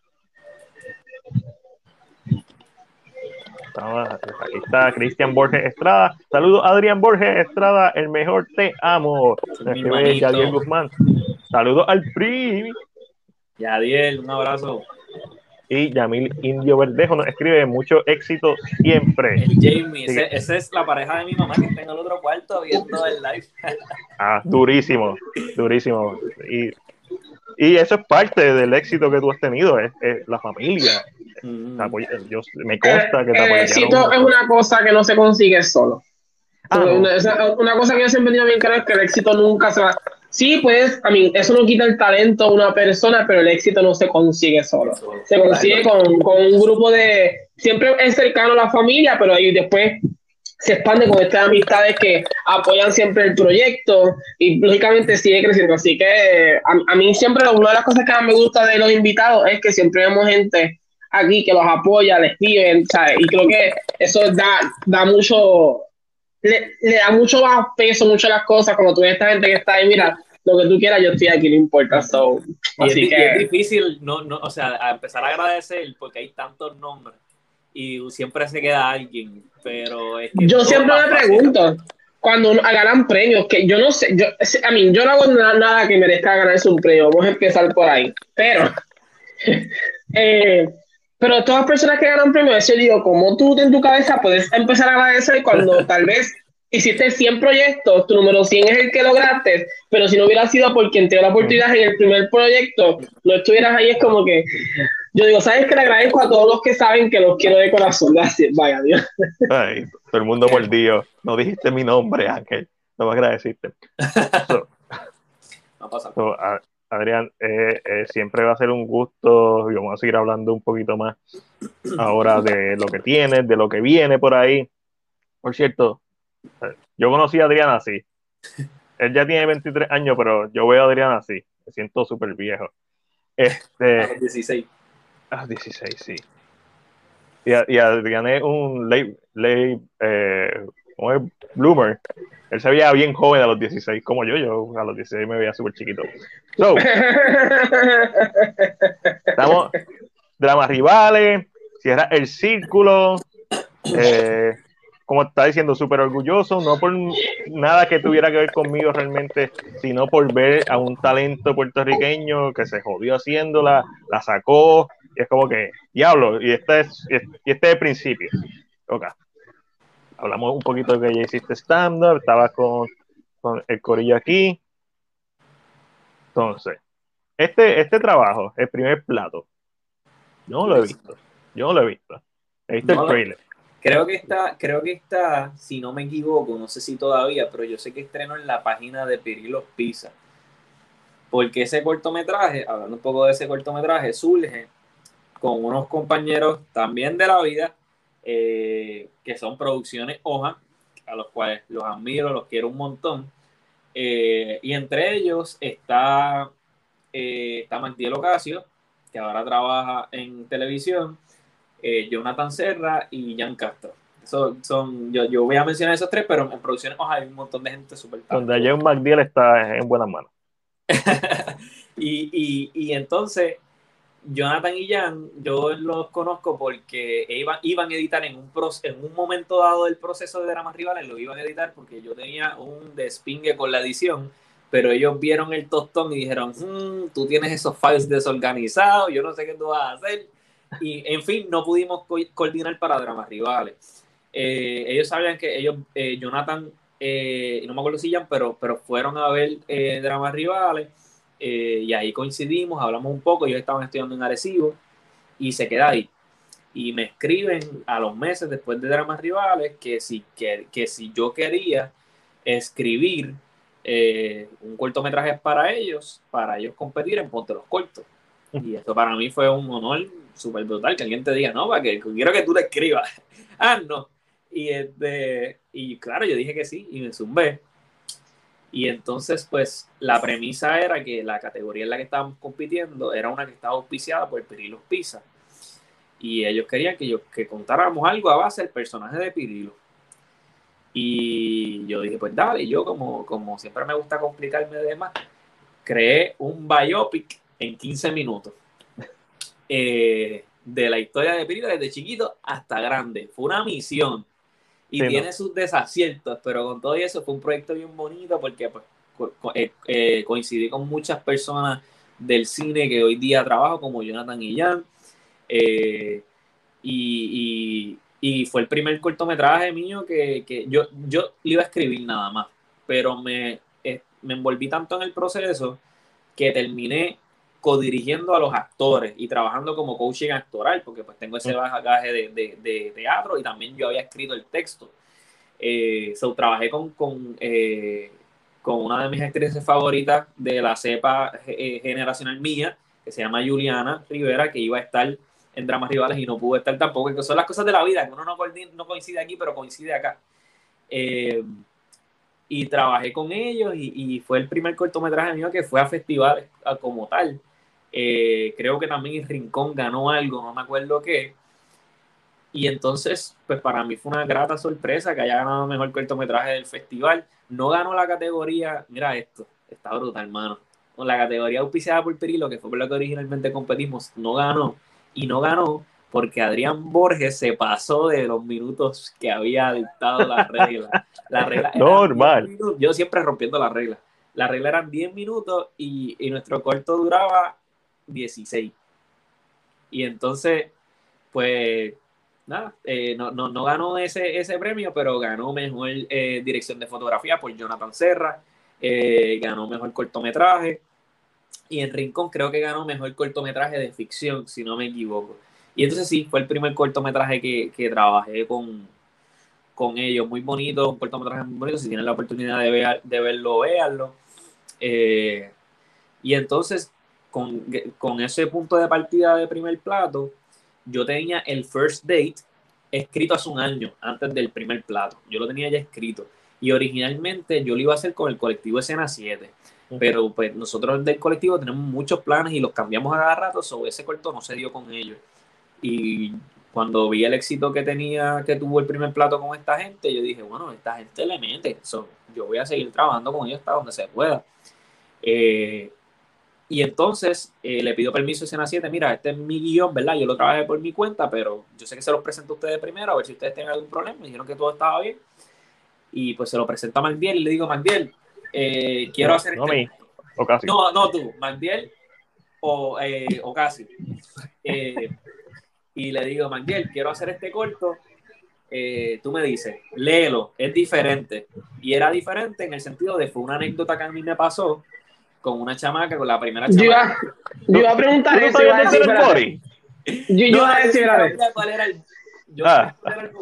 Aquí está Cristian Borges Estrada. Saludos, Adrián Borges Estrada, el mejor, te amo. Escribe Yadiel Guzmán. Saludos al P R I.
Yadiel, un abrazo.
Y Yamil Indio Verdejo nos escribe mucho éxito siempre.
El Jamie, ese, esa es la pareja de mi mamá que está en el otro cuarto viendo el live.
Ah, durísimo, durísimo. Y, y eso es parte del éxito que tú has tenido, es, es la familia. Mm. Apoya, yo, me consta que te
El éxito es una cosa que no se consigue solo. Ah, no. una, una cosa que yo siempre digo bien claro es que el éxito nunca se va. Sí, pues, a mí, eso no quita el talento a una persona, pero el éxito no se consigue solo. Se consigue con, con un grupo de... Siempre es cercano a la familia, pero ahí después se expande con estas amistades que apoyan siempre el proyecto y, lógicamente, sigue creciendo. Así que a, a mí siempre una de las cosas que más me gusta de los invitados es que siempre vemos gente aquí que los apoya, les escriben, ¿sabes? Y creo que eso da, da mucho... Le, le da mucho más peso, mucho a las cosas, como tú ves esta gente que está ahí, mira, lo que tú quieras, yo estoy aquí, no importa. So,
y,
así
es,
que...
y es difícil, no, no, o sea, a empezar a agradecer porque hay tantos nombres y siempre se queda alguien, pero es que
yo siempre me pregunto, cuando ganan premios, que yo no sé, yo, a mí, yo no hago nada, nada que merezca ganarse un premio, vamos a empezar por ahí, pero... eh, Pero todas las personas que ganan premios, yo digo, ¿cómo tú en tu cabeza puedes empezar a agradecer cuando tal vez hiciste cien proyectos, tu número cien es el que lograste, pero si no hubiera sido por quien te dio la oportunidad en el primer proyecto, no estuvieras ahí? Es como que, yo digo, ¿sabes qué? Le agradezco a todos los que saben que los quiero de corazón. Gracias, vaya Dios.
Ay, todo el mundo mordido. No dijiste mi nombre, Ángel. No me agradeciste. So,
no pasa.
So, uh, Adrián, eh, eh, siempre va a ser un gusto y vamos a seguir hablando un poquito más ahora de lo que tienes, de lo que viene por ahí. Por cierto, yo conocí a Adrián así. Él ya tiene veintitrés años, pero yo veo a Adrián así. Me siento súper viejo. Este,
a los dieciséis.
A los dieciséis, sí. Y, a, y Adrián es un late, late eh, ¿cómo es? Bloomer. Él se veía bien joven a los dieciséis, como yo. Yo a los dieciséis me veía súper chiquito. So, estamos, Dramas Rivales, cierra el círculo. Eh, como está diciendo, súper orgulloso, no por nada que tuviera que ver conmigo realmente, sino por ver a un talento puertorriqueño que se jodió haciéndola, la sacó, y es como que, diablo, y este es, y este es el principio. Ok. Hablamos un poquito de que ya hiciste stand-up, estabas con, con el corillo aquí. Entonces, este, este trabajo, el primer plato, yo no lo he visto. Yo no lo he visto. He visto
no
el trailer.
Creo que está, creo que está, si no me equivoco, no sé si todavía, pero yo sé que estrenó en la página de Pirilos Pizza. Porque ese cortometraje, hablando un poco de ese cortometraje, surge con unos compañeros también de la vida, eh, que son Producciones Hoja, a los cuales los admiro, los quiero un montón. Eh, y entre ellos está, eh, está Magdiel Ocasio, que ahora trabaja en televisión, eh, Jonathan Serra y Jan Castro. Eso son, yo, yo voy a mencionar esos tres, pero en Producciones Hoja hay un montón de gente súper
talentosa. Donde John Magdiel está en buenas manos.
y, y, y entonces Jonathan y Jan, yo los conozco porque iban, iban a editar en un, pro, en un momento dado del proceso de Dramas Rivales, lo iban a editar porque yo tenía un despingue con la edición, pero ellos vieron el tostón y dijeron, mmm, tú tienes esos files desorganizados, yo no sé qué tú vas a hacer, y en fin, no pudimos co coordinar para Dramas Rivales. Eh, ellos sabían que ellos, eh, Jonathan, eh, no me acuerdo si Jan, pero, pero fueron a ver eh, Dramas Rivales. Eh, y ahí coincidimos, hablamos un poco, ellos estaban estudiando en Arecibo y se queda ahí. Y me escriben a los meses después de Dramas Rivales que si, que, que si yo quería escribir eh, un cortometraje para ellos, para ellos competir en Ponte los Cortos. Y esto para mí fue un honor súper brutal, que alguien te diga, no, para que quiero que tú le escribas. ah, no. Y, este, y claro, yo dije que sí y me zumbé. Y entonces, pues, la premisa era que la categoría en la que estábamos compitiendo era una que estaba auspiciada por Pirilos Pizza. Y ellos querían que, yo, que contáramos algo a base del personaje de Pirilo. Y yo dije, pues dale, y yo como, como siempre me gusta complicarme de más, creé un biopic en quince minutos. Eh, de la historia de Pirilo desde chiquito hasta grande. Fue una misión. Y sí, tiene no. sus desaciertos, pero con todo eso fue un proyecto bien bonito porque pues, co co eh, eh, coincidí con muchas personas del cine que hoy día trabajo, como Jonathan y Jan. Eh, y, y, y fue el primer cortometraje mío que, que yo, yo iba a escribir nada más, pero me, eh, me envolví tanto en el proceso que terminé codirigiendo a los actores y trabajando como coaching actoral, porque pues tengo ese bagaje de, de, de teatro y también yo había escrito el texto. Eh, so, trabajé con, con, eh, con una de mis actrices favoritas de la cepa eh, generacional mía, que se llama Juliana Rivera, que iba a estar en Dramas Rivales y no pudo estar tampoco, que son las cosas de la vida, que uno no, no coincide aquí, pero coincide acá. Eh, y trabajé con ellos y, y fue el primer cortometraje mío que fue a festivales como tal. Eh, creo que también el Rincón ganó algo, no me acuerdo qué, y entonces pues para mí fue una grata sorpresa que haya ganado mejor cortometraje del festival. No ganó la categoría, mira esto, está brutal, hermano, con la categoría auspiciada por Pirilo, que fue por lo que originalmente competimos, no ganó, y no ganó porque Adrián Borges se pasó de los minutos que había dictado la regla. La regla
normal,
yo siempre rompiendo la regla. La regla eran diez minutos y, y nuestro corto duraba dieciséis. Y entonces, pues, nada, eh, no, no, no ganó ese, ese premio, pero ganó mejor eh, dirección de fotografía por Jonathan Serra, eh, ganó mejor cortometraje, y en Rincón creo que ganó mejor cortometraje de ficción, si no me equivoco. Y entonces sí, fue el primer cortometraje que, que trabajé con, con ellos. Muy bonito, un cortometraje muy bonito. Si tienen la oportunidad de, ver, de verlo, véanlo. Eh, y entonces, con, con ese punto de partida de primer plato, yo tenía el first date escrito hace un año, antes del primer plato. Yo lo tenía ya escrito. Y originalmente yo lo iba a hacer con el colectivo Escena siete. Uh-huh. Pero pues nosotros del colectivo tenemos muchos planes y los cambiamos a cada rato, sobre ese corto no se dio con ellos. Y cuando vi el éxito que tenía, que tuvo el primer plato con esta gente, yo dije, bueno, esta gente le mete, so, yo voy a seguir trabajando con ellos hasta donde se pueda. Eh, y entonces eh, le pido permiso a Escena siete, mira, este es mi guión, ¿verdad? Yo lo trabajé por mi cuenta, pero yo sé que se los presento a ustedes primero, a ver si ustedes tienen algún problema. Me dijeron que todo estaba bien. Y pues se lo presento a Magdiel y le digo, Magdiel, eh, quiero
no,
hacer
no
este...
Me, o casi.
No, no tú, Magdiel o, eh, o casi. Eh, y le digo, Magdiel, quiero hacer este corto. Eh, tú me dices, léelo, es diferente. Y era diferente en el sentido de, fue una anécdota que a mí me pasó con una chamaca, con la primera chamaca.
Yo iba, yo iba a preguntar eso. Iba a decir, yo, yo
no,
iba a decir,
yo sabía cuál era el, yo
ah.
sabía cuál era el body.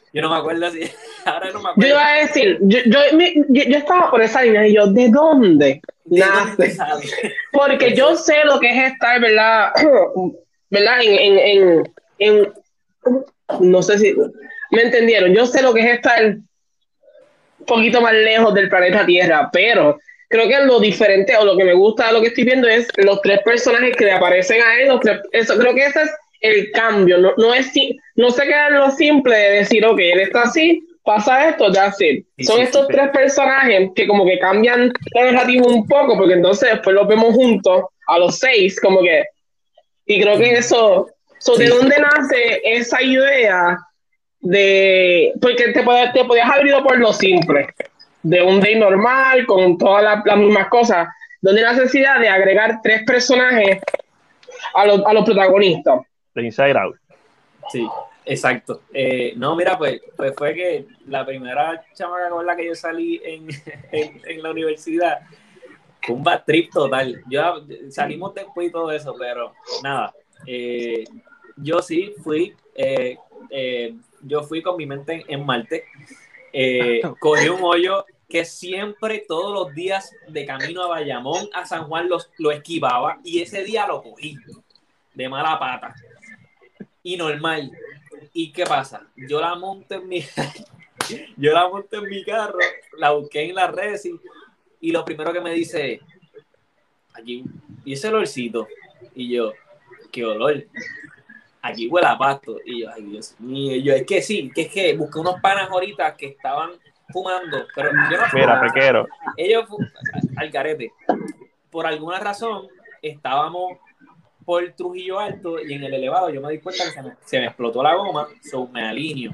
Yo no me acuerdo si. Ahora no me
Yo
acuerdo.
iba a decir, yo, yo, mi- yo, yo estaba por esa línea y yo, ¿de dónde
¿De dónde
nace?
sale?
Porque yo sé lo que es estar, ¿verdad? ¿Verdad? En, en, en, en- no sé si me entendieron. Yo sé lo que es estar un poquito más lejos del planeta Tierra, pero creo que lo diferente o lo que me gusta de lo que estoy viendo es los tres personajes que le aparecen a él. Los tres, eso, creo que ese es el cambio. No, no, es, si- no se queda en lo simple de decir, ok, él está así, pasa esto, that's it.
Sí,
Son
sí,
estos
sí.
tres personajes que como que cambian la narrativa un poco, porque entonces después los vemos juntos a los seis, como que, y creo que eso, so, ¿de
Sí.
dónde nace esa idea de, porque te, pod- te podías haber ido por lo simple, de un day normal, con todas la- las mismas cosas, donde la necesidad de agregar tres personajes a, los a los protagonistas?
De Inside Out.
Sí, exacto. Eh, no, mira, pues, pues fue que la primera chamaca con la que yo salí en, en, en la universidad fue un bad trip total. Yo, salimos después y todo eso, pero nada. Eh, yo sí fui, eh, eh, yo fui con mi mente en, en Marte. Eh, cogí un hoyo que siempre, todos los días de camino a Bayamón, a San Juan, los, lo esquivaba y ese día lo cogí de mala pata. Y normal. ¿Y qué pasa? Yo la monto en mi yo la monto en mi carro, la busqué en las redes y, y lo primero que me dice aquí, y ese olorcito, y yo, ¿qué olor? Aquí huele a pasto, y yo, ay Dios mío, y yo, es que sí, que es que busqué unos panas ahorita que estaban fumando, pero yo no
Mira,
fumaba.
pequero.
Ellos al garete, por alguna razón estábamos por Trujillo Alto y en el elevado yo me di cuenta que se me, se me explotó la goma, so me alineo.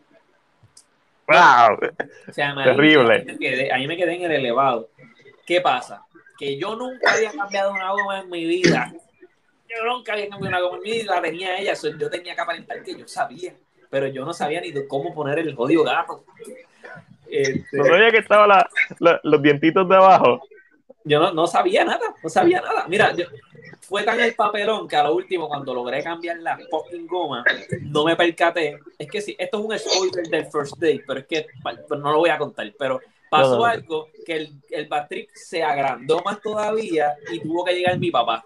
¡Wow!
O sea, me
Terrible.
alineo, ahí me quedé, ahí me quedé en el elevado. ¿Qué pasa? Que yo nunca había cambiado una goma en mi vida. Yo nunca había cambiado una goma en mi vida, la tenía ella, so yo tenía que aparentar que yo sabía, pero yo no sabía ni de cómo poner el jodido gato. Este,
¿No sabía que estaban la, la, los dientitos de abajo?
Yo no, no sabía nada, no sabía nada. Mira, yo, fue tan el papelón que a lo último, cuando logré cambiar la fucking goma, no me percaté. Es que sí, esto es un spoiler del first date, pero es que pero no lo voy a contar. Pero pasó
No, no, no.
algo que el, el bad trip se agrandó más todavía y tuvo que llegar mi papá.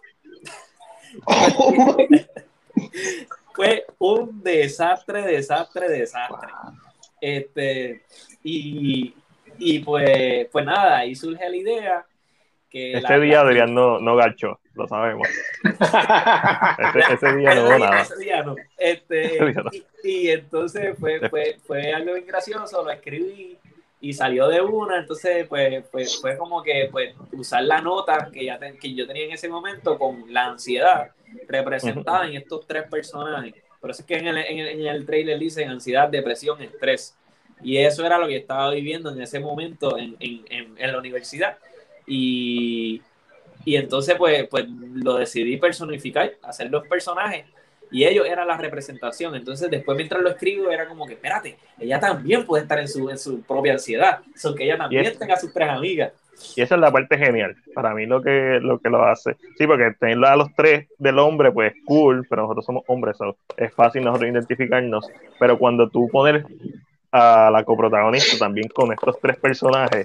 Fue un desastre, desastre, desastre. Este, y, y pues, pues nada, ahí surge la idea. Que
ese
la,
día
la...
Adrián no, no garchó, lo sabemos. ese, ese día no hubo nada.
Ese día no. Este,
Ese día no.
Y, y entonces fue, fue, fue algo bien gracioso, lo escribí y salió de una, entonces pues, pues fue como que pues usar la nota que, ya te, que yo tenía en ese momento con la ansiedad representada uh-huh. en estos tres personajes. Por eso es que en el, en el, en el trailer dicen ansiedad, depresión, estrés. Y eso era lo que estaba viviendo en ese momento en, en, en, en la universidad. Y, y entonces pues, pues lo decidí personificar, hacer los personajes y ellos eran la representación. Entonces después mientras lo escribo era como que espérate, ella también puede estar en su, en su propia ansiedad, son que ella también es, tenga sus tres amigas.
Y esa es la parte genial, para mí lo que, lo que lo hace. Sí, porque tenerlo a los tres del hombre pues cool, pero nosotros somos hombres, so, es fácil nosotros identificarnos, pero cuando tú pones a la coprotagonista también con estos tres personajes,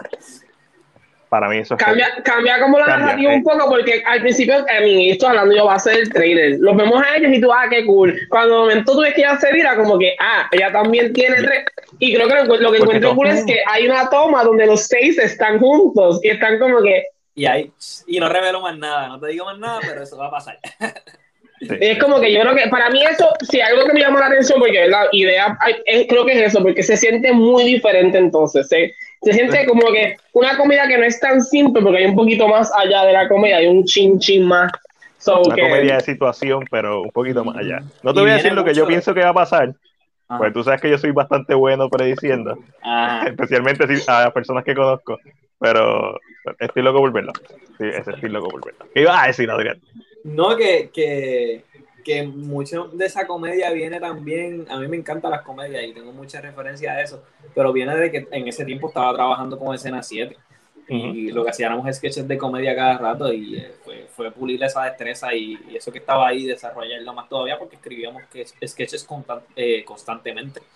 para mí eso es
cambia,
que,
cambia como la
cambia,
narrativa
eh.
un poco, porque al principio, a mí, esto hablando yo va a ser el trailer, los vemos a ellos y tú, ah, qué cool. Cuando de momento tú ves que ella se mira como que, ah, ella también tiene tres, y creo que lo, lo que porque encuentro cool es que hay una toma donde los seis están juntos y están como que...
Y ahí, y no revelo más nada, no te digo más nada, pero eso va a pasar.
Sí. Es como que yo creo que para mí eso, sí, algo que me llama la atención, porque la idea, es, creo que es eso, porque se siente muy diferente entonces, se, se siente como que una comida que no es tan simple, porque hay un poquito más allá de la comedia, hay un chin chin más. So
una
que...
comedia de situación, pero un poquito más allá. No te voy a decir lo que yo pienso que va a pasar, Ajá. Pues tú sabes que yo soy bastante bueno prediciendo, Ajá. Especialmente si, a personas que conozco, pero estoy loco por verlo. Sí, ese estoy loco por verlo. ¿Qué ibas a decir, Adrián?
No, que, que, que mucho de esa comedia viene también, a mí me encantan las comedias y tengo muchas referencias a eso, pero viene de que en ese tiempo estaba trabajando con Escena siete y uh-huh. lo que hacíamos sketches de comedia cada rato y eh, fue, fue pulir esa destreza y, y eso que estaba ahí, desarrollarlo más todavía porque escribíamos que, sketches constant, eh, constantemente.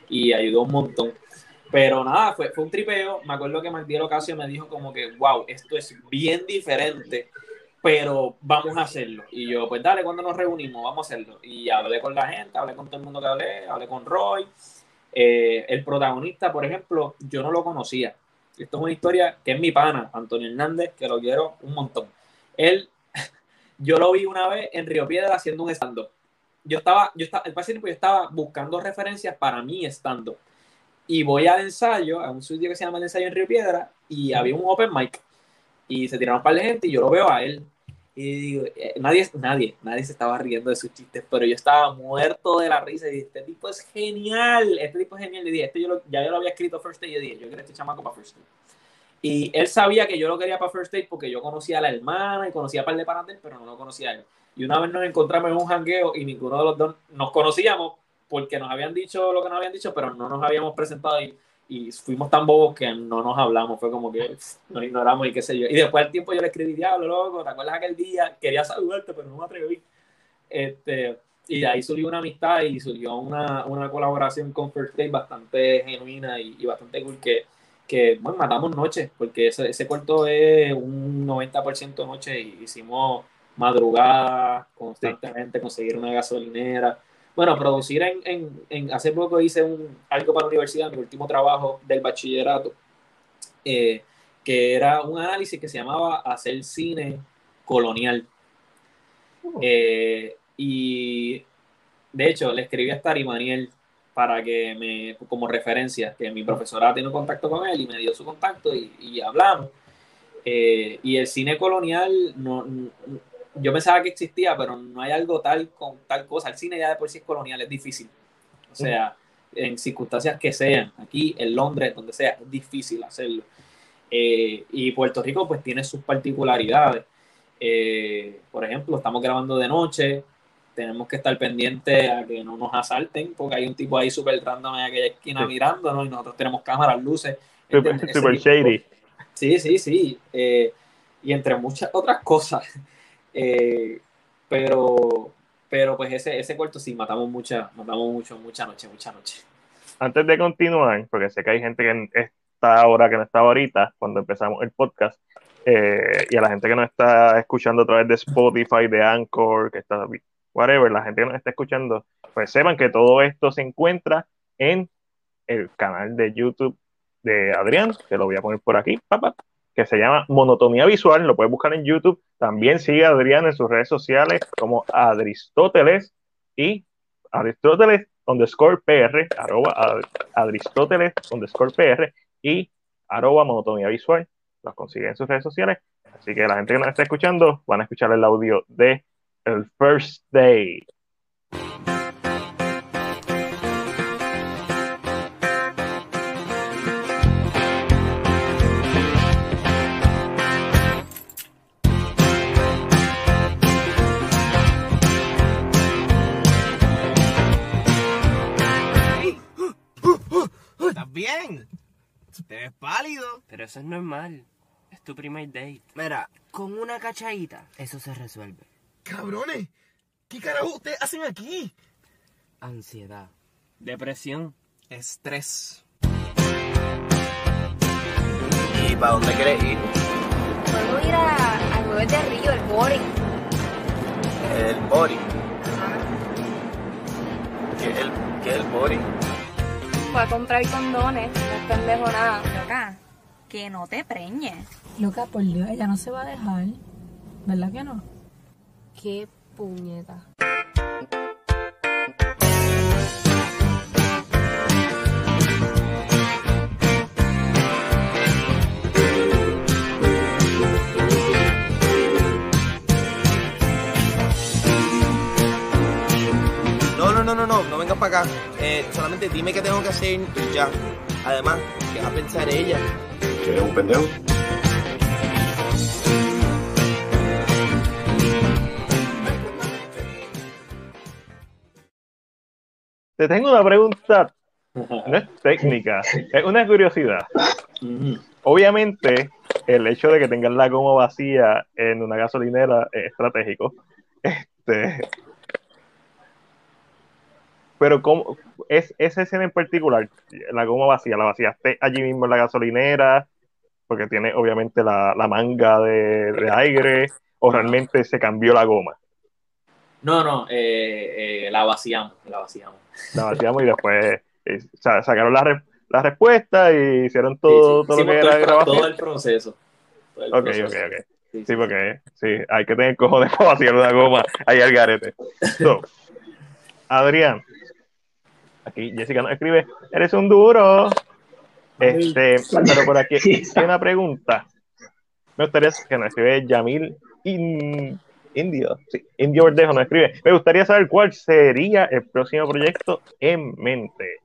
y ayudó un montón. Pero nada, fue, fue un tripeo. Me acuerdo que Magdiel Ocasio me dijo como que, wow, esto es bien diferente, pero vamos a hacerlo. Y yo, pues dale, cuando nos reunimos, vamos a hacerlo. Y hablé con la gente, hablé con todo el mundo que hablé, hablé con Roy. Eh, el protagonista, por ejemplo, yo no lo conocía. Esto es una historia que es mi pana, Antonio Hernández, que lo quiero un montón. Él, yo lo vi una vez en Río Piedra haciendo un stand-up. Yo estaba, yo estaba, el tiempo yo estaba buscando referencias para mi stand-up. Y voy al ensayo, a un sitio que se llama el ensayo en Río Piedra, y había un open mic. Y se tiraron un par de gente y yo lo veo a él. Y digo, eh, nadie, nadie, nadie se estaba riendo de sus chistes, pero yo estaba muerto de la risa y dije, este tipo es genial, este tipo es genial. Y dije, este yo lo, ya yo lo había escrito First Date y yo dije, yo quiero este chamaco para First Date. Y él sabía que yo lo quería para First Date porque yo conocía a la hermana y conocía a par de panas de él, pero no lo conocía a él. Y una vez nos encontramos en un jangueo y ninguno de los dos nos conocíamos porque nos habían dicho lo que nos habían dicho, pero no nos habíamos presentado y, y fuimos tan bobos que no nos hablamos. Fue como que pff, nos ignoramos y qué sé yo. Y después al tiempo yo le escribí, diablo, loco, ¿te acuerdas aquel día? Quería saludarte, pero no me atreví. Este, y de ahí surgió una amistad y surgió una, una colaboración con First Date bastante genuina y, y bastante cool que, que bueno, matamos noches, porque ese, ese corto es un noventa por ciento noche y hicimos madrugadas constantemente, conseguir una gasolinera. Bueno, producir en, en, en hace poco hice un, algo para la universidad, mi último trabajo del bachillerato, eh, que era un análisis que se llamaba Hacer Cine Colonial. Eh, y de hecho le escribí a Tarimaniel para que me, como referencia, que mi profesora tiene un contacto con él y me dio su contacto y, y hablamos. Eh, y el cine colonial no, no yo pensaba que existía, pero no hay algo tal con tal cosa. El cine ya de por sí es colonial, es difícil. O sea, en circunstancias que sean, aquí en Londres, donde sea, es difícil hacerlo. Eh, y Puerto Rico pues tiene sus particularidades. Eh, por ejemplo, estamos grabando de noche, tenemos que estar pendientes a que no nos asalten, porque hay un tipo ahí súper random en aquella esquina sí. mirándonos y nosotros tenemos cámaras, luces.
Super, super shady.
Sí, sí, sí. Eh, y entre muchas otras cosas. Eh, pero pero pues ese, ese corto sí, matamos mucha, matamos mucho, mucha noche, mucha noche.
Antes de continuar, porque sé que hay gente que está ahora que no estaba ahorita, cuando empezamos el podcast, eh, y a la gente que nos está escuchando a través de Spotify, de Anchor, que está, whatever, la gente que nos está escuchando, pues sepan que todo esto se encuentra en el canal de YouTube de Adrián, que lo voy a poner por aquí, papá, que se llama Monotonía Visual, lo puedes buscar en YouTube. También sigue a Adrián en sus redes sociales como Adristóteles y Aristóteles underscore PR, arroba Aristóteles underscore PR y arroba Monotonía Visual. Los consigue en sus redes sociales. Así que la gente que nos está escuchando van a escuchar el audio de el First Day.
¿Estás bien? Te ves pálido.
Pero eso es normal. Es tu primer date. Mira, con una cachadita, eso se resuelve.
Cabrones, ¿qué carajo ustedes hacen aquí?
Ansiedad. Depresión.
Estrés.
¿Y para dónde quieres ir?
Puedo ir a, al Jueves de Río, el body.
¿El body?
Ajá.
¿Qué es el, qué es el body?
Voy a comprar condones, no es pendejo nada.
Loca, que no te preñes.
Loca, por Dios, ella no se va a dejar. ¿Verdad que no?
Qué puñeta.
No, no, no, no, no, no vengas para acá. Eh, solamente dime qué tengo que hacer y ya. Además, ¿qué va a pensar ella?
¿Que eres un pendejo?
Te tengo una pregunta, no es técnica, es una curiosidad. Obviamente, el hecho de que tengas la goma vacía en una gasolinera es estratégico. Este... pero ¿cómo, es, esa escena en particular, la goma vacía, la vaciaste allí mismo en la gasolinera, porque tiene obviamente la, la manga de, de aire, o realmente se cambió la goma?
No, no, eh, eh, la vaciamos, la vaciamos.
La vaciamos y después eh, sacaron la, re, la respuesta y hicieron todo,
sí, sí.
todo lo que
todo
era
el,
grabación.
Todo el proceso. Todo el
ok,
proceso.
ok, ok.
Sí,
sí,
sí,
porque sí, hay que tener cojones para vaciar una goma ahí al garete. So, Adrián, aquí Jessica nos escribe, eres un duro. Este, pero por aquí hay una pregunta. Me gustaría que nos escribe Yamil In, Indio, sí, Indio Verdejo nos escribe. Me gustaría saber cuál sería el próximo proyecto en mente.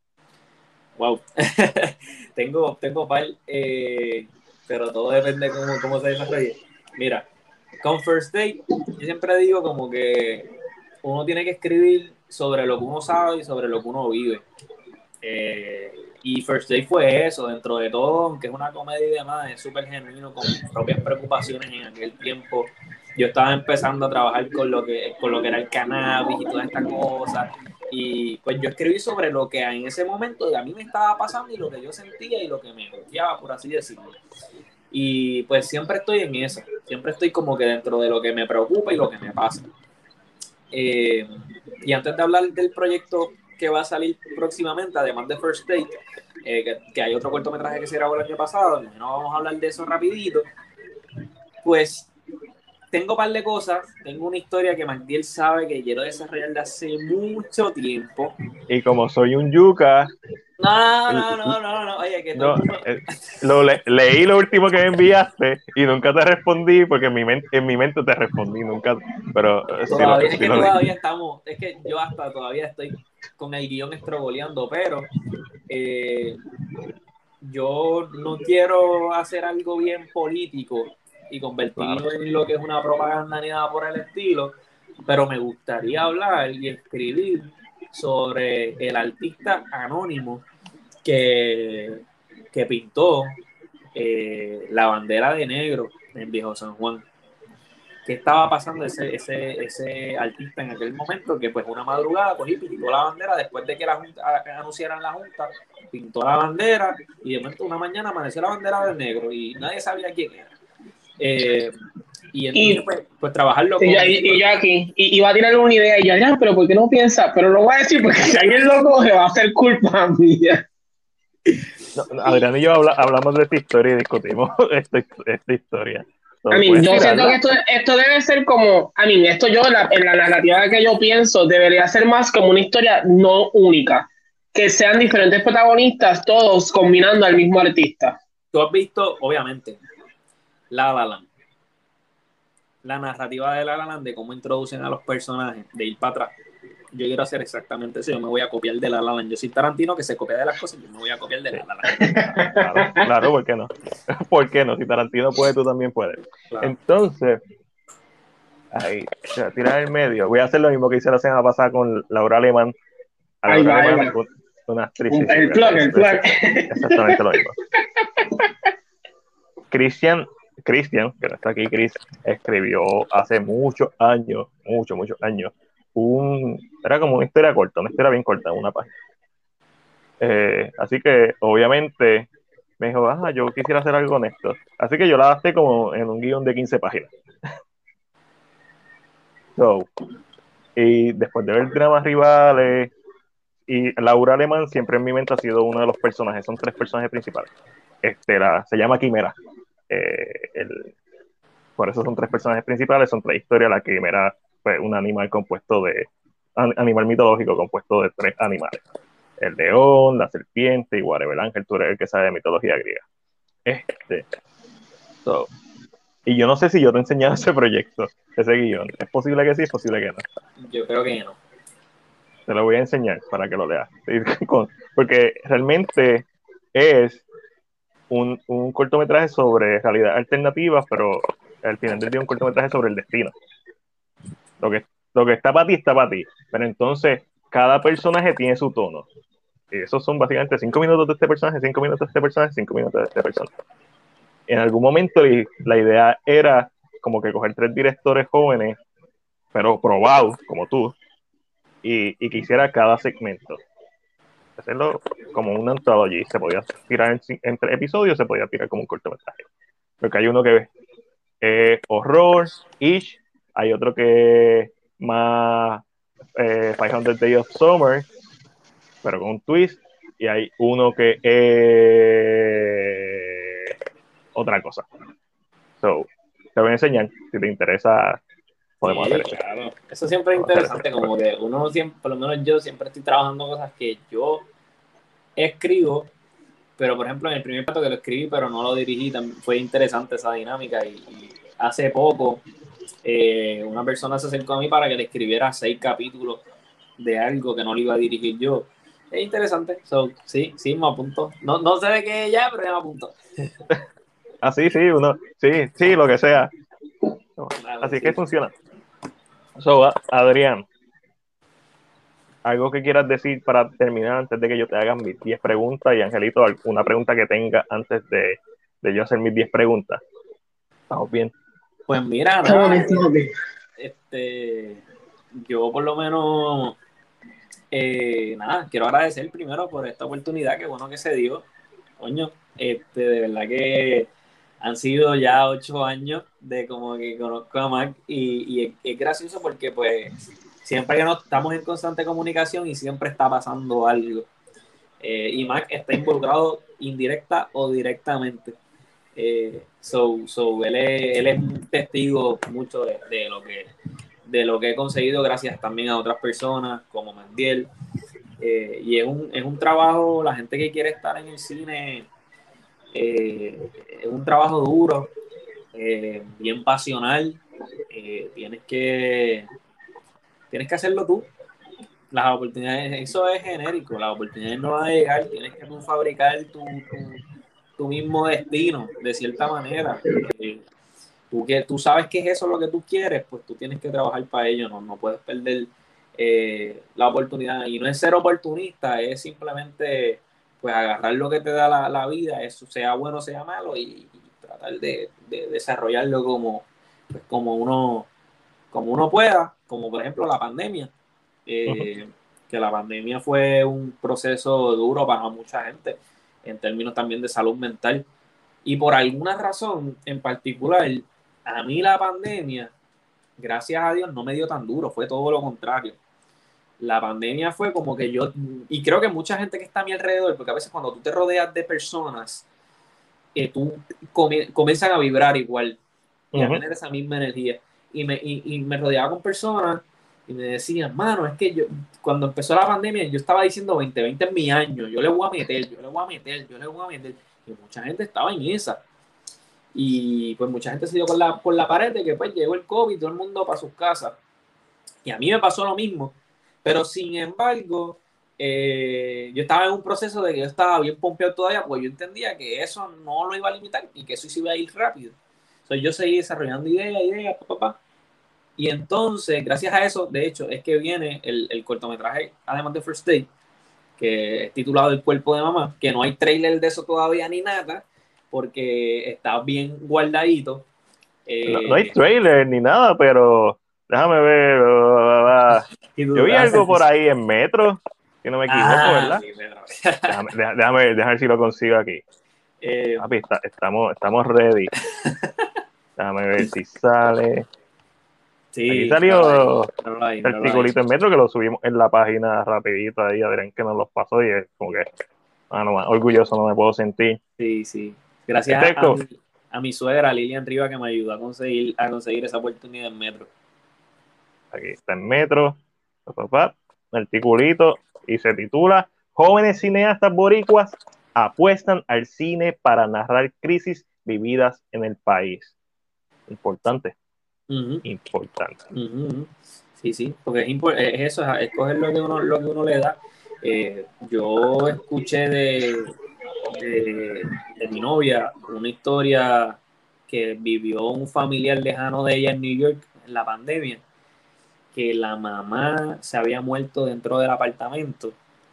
Wow. tengo, tengo par, eh, pero todo depende de cómo, cómo se desarrolle. Mira, con First Date, yo siempre digo como que uno tiene que escribir sobre lo que uno sabe y sobre lo que uno vive. Eh, y First Date fue eso, dentro de todo, aunque es una comedia y demás, es súper genuino con mis propias preocupaciones en aquel tiempo. Yo estaba empezando a trabajar con lo que, con lo que era el cannabis y toda esta cosa. Y pues yo escribí sobre lo que en ese momento a mí me estaba pasando y lo que yo sentía y lo que me bloqueaba, por así decirlo. Y pues siempre estoy en eso, siempre estoy como que dentro de lo que me preocupa y lo que me pasa. Eh, y antes de hablar del proyecto que va a salir próximamente, además de First Date, eh, que, que hay otro cortometraje que se grabó el año pasado, no vamos a hablar de eso rapidito, pues tengo un par de cosas, tengo una historia que Magdiel sabe que quiero desarrollar de hace mucho tiempo.
Y como soy un yuca...
No, no, no, no, no, oye, que todo
no,
el mundo...
eh, lo le, leí lo último que me enviaste y nunca te respondí porque en mi mente, en mi mente te respondí, nunca, pero...
Todavía,
sí,
es que
sí
todavía estamos, es que yo hasta todavía estoy con el guión estrogoleando, pero eh, yo no quiero hacer algo bien político y convertirlo claro. en lo que es una propaganda ni nada por el estilo, pero me gustaría hablar y escribir sobre el artista anónimo que, que pintó eh, la bandera de negro en Viejo San Juan. ¿Qué estaba pasando ese, ese, ese artista en aquel momento? Que pues una madrugada pues, y pintó la bandera después de que la junta, anunciaran la junta, pintó la bandera y de momento una mañana amaneció la bandera de negro y nadie sabía quién era. Eh, y entonces
y,
pues, pues trabajarlo
y,
con...
y, y yo aquí, y, iba a tirar una idea y yo, ya, pero ¿por qué no piensa? Pero lo voy a decir porque si alguien lo coge va a ser culpa mía.
No, Adrián y yo habla, hablamos de esta historia y discutimos esta, esta historia.
So, I mean, yo siento que esto, esto debe ser como, I mean, esto yo, la, en la narrativa que yo pienso, debería ser más como una historia no única, que sean diferentes protagonistas, todos combinando al mismo artista.
Tú has visto, obviamente, La La Land. La narrativa de La La Land, de cómo introducen a los personajes, de ir para atrás. Yo quiero hacer exactamente eso, yo me voy a copiar de La La Land. Yo soy Tarantino que se copia de las cosas, yo me voy a copiar de La La Land.
Claro, claro, ¿por qué no? ¿Por qué no? Si Tarantino puede, tú también puedes. Claro. Entonces, ahí, o sea, tirar el medio. Voy a hacer lo mismo que hice la semana pasada con Laura Alemán. A Laura
va,
Alemán, una, una actriz.
El, el plug, el plug.
Exactamente lo mismo. Cristian, Cristian, que no está aquí, Chris, escribió hace muchos años, muchos, muchos años, un, era como una historia corta, una historia bien corta, una página. Eh, así que, obviamente, me dijo, ah, yo quisiera hacer algo con esto. Así que yo la adapté como en un guión de quince páginas. So, y después de ver Dramas Rivales, y Laura Alemán siempre en mi mente ha sido uno de los personajes, son tres personajes principales. Este, la, se llama Quimera. Eh, el, por eso son tres personajes principales, son tres historias. La Quimera fue un animal compuesto de, an, animal mitológico compuesto de tres animales. El león, la serpiente y whatever, el ángel, tú eres el que sabe de mitología griega. Este, so, y yo no sé si yo te he enseñado ese proyecto, ese guión. Es posible que sí, es posible que no.
Yo creo que no.
Te lo voy a enseñar para que lo leas. Porque realmente es un, un cortometraje sobre realidad alternativa, pero al final del día un cortometraje sobre el destino. Lo que, lo que está para ti, está para ti. Pero entonces, cada personaje tiene su tono. Y esos son básicamente cinco minutos de este personaje, cinco minutos de este personaje, cinco minutos de este personaje. En algún momento la idea era como que coger tres directores jóvenes, pero probados, como tú, y, y que hiciera cada segmento. Hacerlo como una anthology. Se podía tirar en, entre episodios, se podía tirar como un cortometraje. Porque hay uno que es eh, horror, ish, hay otro que es más eh, quinientos Days of Summer, pero con un twist, y hay uno que es otra cosa. So, te voy a enseñar, si te interesa, podemos
Sí,
hacer eso.
claro. Eso siempre es interesante, como que uno siempre, por lo menos yo siempre estoy trabajando cosas que yo escribo, pero por ejemplo en el primer plato que lo escribí pero no lo dirigí, también fue interesante esa dinámica y, y hace poco eh, una persona se acercó a mí para que le escribiera seis capítulos de algo que no lo iba a dirigir yo. Es interesante, so, sí, sí, me apunto. No, no sé de qué ya, pero ya me apunto.
Ah, sí, sí, uno, sí, sí, lo que sea. Así
sí.
que funciona. So, Adrián, algo que quieras decir para terminar antes de que yo te haga mis diez preguntas, y Angelito, alguna pregunta que tenga antes de, de yo hacer mis diez preguntas. ¿Estamos bien?
Pues mira, nada, este, yo por lo menos, eh, nada, quiero agradecer primero por esta oportunidad, que bueno que se dio, coño, este, de verdad que han sido ya ocho años de como que conozco a Mac y, y es, es gracioso porque pues siempre que nos estamos en constante comunicación y siempre está pasando algo. Eh, y Mac está involucrado indirecta o directamente. Eh, so, so él, es, él es un testigo mucho de, de, lo que, de lo que he conseguido gracias también a otras personas como Mandiel. Eh, y es un, es un trabajo, la gente que quiere estar en el cine, eh, es un trabajo duro, eh, bien pasional. Eh, tienes que tienes que hacerlo tú. Las oportunidades, eso es genérico, las oportunidades no van a llegar, tienes que tú fabricar tu, tu, tu mismo destino, de cierta manera. Eh, tú, que, tú sabes que es eso lo que tú quieres, pues tú tienes que trabajar para ello, no, no puedes perder eh, la oportunidad. Y no es ser oportunista, es simplemente pues agarrar lo que te da la, la vida, eso sea bueno o sea malo, y, y tratar de, de desarrollarlo como, pues, como, uno, como uno pueda, como por ejemplo la pandemia. Eh, uh-huh. Que la pandemia fue un proceso duro para mucha gente en términos también de salud mental, y por alguna razón en particular a mí la pandemia, gracias a Dios, no me dio tan duro, fue todo lo contrario. La pandemia fue como que yo, y creo que mucha gente que está a mi alrededor, porque a veces cuando tú te rodeas de personas, eh, tú come, comienzan a vibrar igual y uh-huh. a tener esa misma energía, y me, y, y me rodeaba con personas y me decían, mano, es que yo, cuando empezó la pandemia, yo estaba diciendo veinte veinte es mi año, yo le voy a meter, yo le voy a meter, yo le voy a meter. Y mucha gente estaba en esa. Y pues mucha gente se dio por la, por la pared de que pues llegó el COVID, todo el mundo para sus casas. Y a mí me pasó lo mismo. Pero sin embargo, eh, yo estaba en un proceso de que yo estaba bien pompeado todavía, porque yo entendía que eso no lo iba a limitar y que eso se iba a ir rápido. Entonces yo seguí desarrollando ideas, ideas, papá, papá. Y entonces, gracias a eso, de hecho, es que viene el, el cortometraje, además de First Date, que es titulado El cuerpo de mamá, que no hay trailer de eso todavía ni nada, porque está bien guardadito. Eh,
no, no hay trailer ni nada, pero déjame ver. Yo vi algo por ahí en Metro, si no me equivoco, ah, ¿verdad? Sí, déjame, déjame, déjame ver si lo consigo aquí. Eh, Papi, está, estamos, estamos ready. Déjame ver si sale. Sí, aquí salió no hay, no el articulito en Metro, que lo subimos en la página rapidito ahí, Adrián que nos los pasó, y es como que, mano, más orgulloso no me puedo sentir.
Sí, sí. Gracias a, a, mi, a mi suegra, Lilian Riva, que me ayudó a conseguir, a conseguir esa oportunidad en Metro.
Aquí está en Metro, papá, el articulito, y se titula Jóvenes cineastas boricuas apuestan al cine para narrar crisis vividas en el país. Importante. Uh-huh. Importante.
Uh-huh. Sí, sí, porque es, impor- es eso, es escoger lo que uno, lo que uno le da. Eh, yo escuché de, de, de mi novia una historia que vivió un familiar lejano de ella en New York en la pandemia, que la mamá se había muerto dentro del apartamento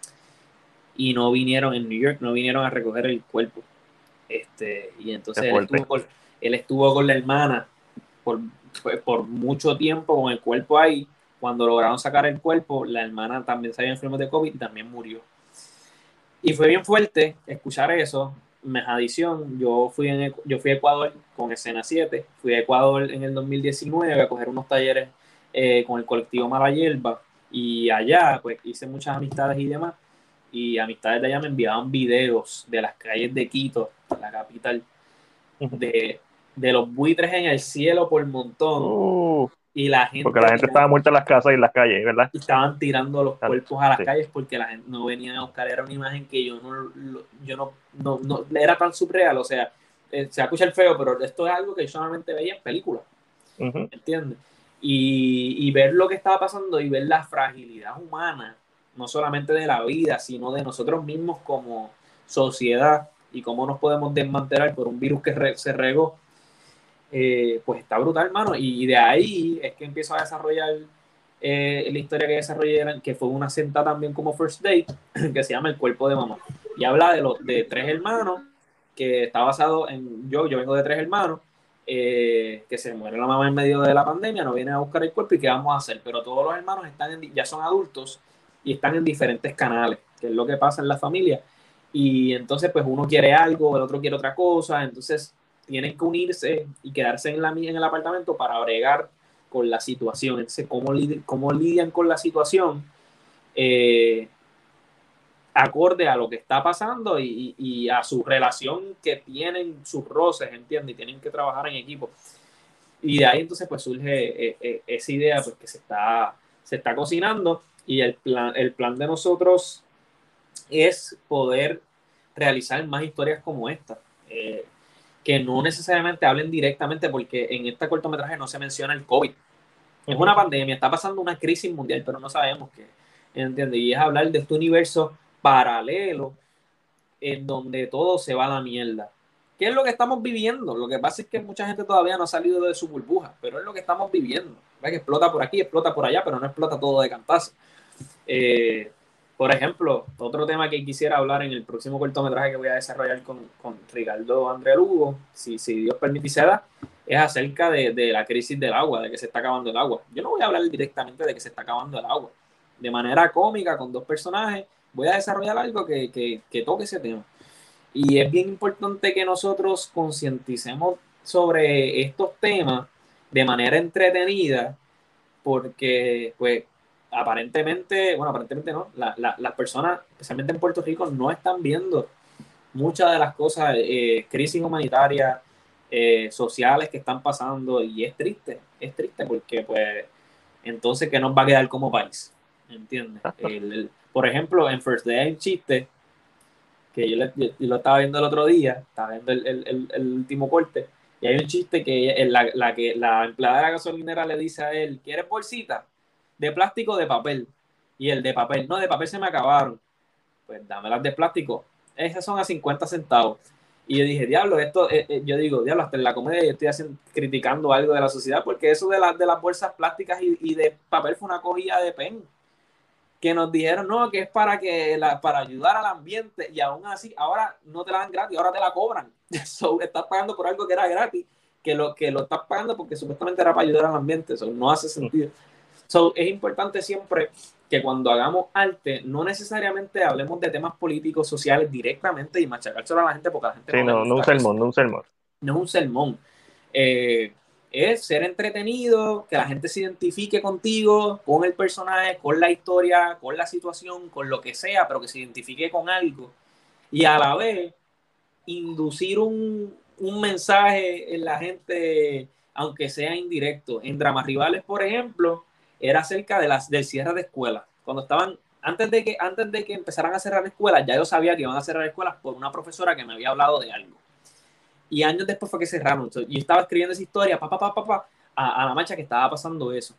y no vinieron en New York, no vinieron a recoger el cuerpo. Este, y entonces él estuvo, con, él estuvo con la hermana por por mucho tiempo con el cuerpo ahí, cuando lograron sacar el cuerpo, la hermana también se había enfermo de COVID y también murió. Y fue bien fuerte escuchar eso. Adición, yo fui, en, yo fui a Ecuador con Escena siete, fui a Ecuador en el dos mil diecinueve a coger unos talleres eh, con el colectivo Mala Hierba, y allá pues hice muchas amistades y demás, y amistades de allá me enviaban videos de las calles de Quito, la capital, de, de los buitres en el cielo por montón.
Uh,
y la gente
porque la gente estaba muerta en las casas y en las calles, ¿verdad?
Y estaban tirando los cuerpos a las
sí.
calles porque la gente no venía a buscar. Era una imagen que yo no, yo no, no, no era tan surreal. O sea, eh, se escucha el feo, pero esto es algo que yo solamente veía en películas.
Uh-huh.
¿Entiendes? Y, y ver lo que estaba pasando y ver la fragilidad humana, no solamente de la vida, sino de nosotros mismos como sociedad y cómo nos podemos desmantelar por un virus que re, se regó. Eh, pues está brutal, hermano, y de ahí es que empiezo a desarrollar eh, la historia que desarrollé, que fue una cinta también como First Date, que se llama El cuerpo de mamá, y habla de los de tres hermanos, que está basado en yo, yo vengo de tres hermanos, eh, que se muere la mamá en medio de la pandemia, no vienen a buscar el cuerpo y qué vamos a hacer, pero todos los hermanos están en, ya son adultos y están en diferentes canales, que es lo que pasa en la familia, y entonces pues uno quiere algo, el otro quiere otra cosa, entonces tienen que unirse y quedarse en, la, en el apartamento para bregar con la situación. Entonces, ¿cómo, lid, cómo lidian con la situación? Eh, acorde a lo que está pasando y, y a su relación que tienen sus roces, ¿entiendes? Y tienen que trabajar en equipo. Y de ahí entonces pues surge eh, eh, esa idea pues, que se está, se está cocinando, y el plan, el plan de nosotros es poder realizar más historias como esta. Eh, que no necesariamente hablen directamente, porque en este cortometraje no se menciona el COVID. Es una pandemia, está pasando una crisis mundial, pero no sabemos qué, ¿entiendes? Y es hablar de este universo paralelo en donde todo se va a la mierda. ¿Qué es lo que estamos viviendo? Lo que pasa es que mucha gente todavía no ha salido de su burbuja, pero es lo que estamos viviendo. ¿Ves? Que explota por aquí, explota por allá, pero no explota todo de cantazo. Eh, Por ejemplo, otro tema que quisiera hablar en el próximo cortometraje que voy a desarrollar con, con Ricardo André Lugo, si, si Dios permite y se da, es acerca de, de la crisis del agua, de que se está acabando el agua. Yo no voy a hablar directamente de que se está acabando el agua. De manera cómica, con dos personajes, voy a desarrollar algo que, que, que toque ese tema. Y es bien importante que nosotros concienticemos sobre estos temas de manera entretenida, porque, pues, aparentemente, bueno, aparentemente no, la, la, las personas, especialmente en Puerto Rico, no están viendo muchas de las cosas, eh, crisis humanitarias, eh, sociales que están pasando, y es triste, es triste porque, pues, entonces, ¿qué nos va a quedar como país? ¿Entiendes? El, el, por ejemplo, en First Day hay un chiste que yo, le, yo, yo lo estaba viendo el otro día, estaba viendo el, el, el, el último corte, y hay un chiste que la, la, que la empleada de la gasolinera le dice a él, ¿quieres bolsita? ¿De plástico o de papel? Y el de papel, no, de papel se me acabaron. Pues dámelas de plástico. Esas son a cincuenta centavos. Y yo dije, diablo, esto, eh, eh, yo digo, diablo, hasta en la comedia yo estoy haciendo, criticando algo de la sociedad, porque eso de, la, de las bolsas plásticas y, y de papel fue una cogida de pen. Que nos dijeron, no, que es para, que la, para ayudar al ambiente, y aún así, ahora no te la dan gratis, ahora te la cobran. So, estás pagando por algo que era gratis, que lo, que lo estás pagando porque supuestamente era para ayudar al ambiente. Eso no hace sentido. So, es importante siempre que cuando hagamos arte, no necesariamente hablemos de temas políticos, sociales directamente y machacárselo a la gente, porque la gente
sí, no, no, no un sermón, no un sermón.
No es un sermón. Eh, es ser entretenido, que la gente se identifique contigo, con el personaje, con la historia, con la situación, con lo que sea, pero que se identifique con algo. Y a la vez, inducir un, un mensaje en la gente, aunque sea indirecto. En Dramas Rivales, por ejemplo, era acerca de las, del cierre de escuelas. Cuando estaban, antes de, que, antes de que empezaran a cerrar escuelas, ya yo sabía que iban a cerrar escuelas por una profesora que me había hablado de algo. Y años después fue que cerraron. Entonces, yo estaba escribiendo esa historia, pa, pa, pa, pa, pa, a, a la marcha que estaba pasando eso.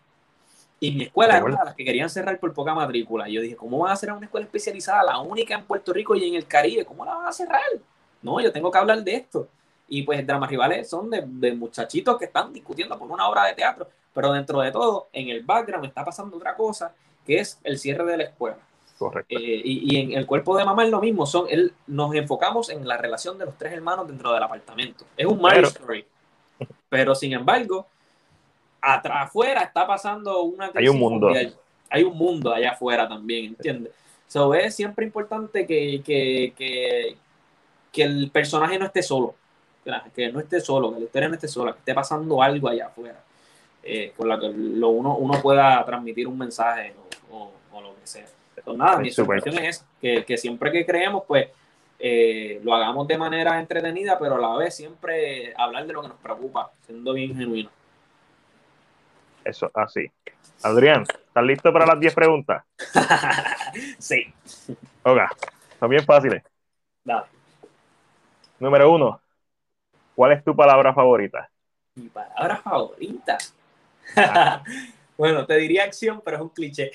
Y mi escuela era una de las que querían cerrar por poca matrícula. Y yo dije, ¿cómo van a cerrar una escuela especializada, la única en Puerto Rico y en el Caribe? ¿Cómo la van a cerrar? No, yo tengo que hablar de esto. Y pues Dramas Rivales son de, de muchachitos que están discutiendo por una obra de teatro. Pero dentro de todo, en el background está pasando otra cosa, que es el cierre de la escuela.
Correcto.
Eh, y, y en el cuerpo de mamá es lo mismo. Son, él, nos enfocamos en la relación de los tres hermanos dentro del apartamento. Es un marriage story. Pero sin embargo, atrás, afuera está pasando una crisis
Hay un mundo.
mundial. Hay un mundo allá afuera también, ¿entiendes? So, es siempre importante que, que, que, que el personaje no esté solo, que no esté solo, que la historia no esté sola, que esté pasando algo allá afuera, eh, con la que lo uno, uno pueda transmitir un mensaje o, o, o lo que sea. Entonces, nada, mi sugestión es esa, que, que siempre que creemos, pues, eh, lo hagamos de manera entretenida, pero a la vez siempre hablar de lo que nos preocupa, siendo bien genuino.
Eso, así. Adrián, ¿estás listo para las diez preguntas?
Sí.
Ok, son bien fáciles.
Dale.
Número uno, ¿cuál es tu palabra favorita?
Mi palabra favorita. Bueno, te diría acción, pero es un cliché.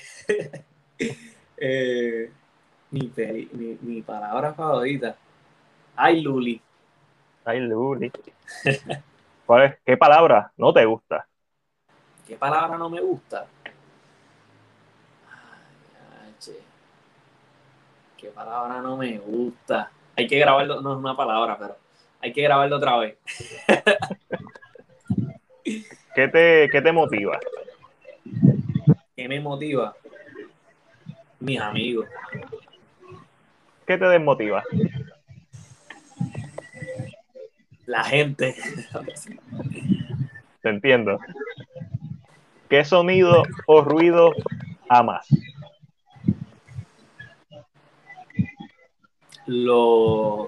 eh, mi, peli, mi, mi palabra favorita. Ay, Luli.
Ay, Luli. ¿Cuál es? ¿Qué palabra no te gusta?
¿Qué palabra no me gusta? Ay, che. ¿Qué palabra no me gusta? Hay que grabarlo, no es una palabra, pero hay que grabarlo otra vez.
¿Qué te, qué te motiva?
¿Qué me motiva? Mis amigos.
¿Qué te desmotiva?
La gente.
Te entiendo. ¿Qué sonido o ruido amas?
Lo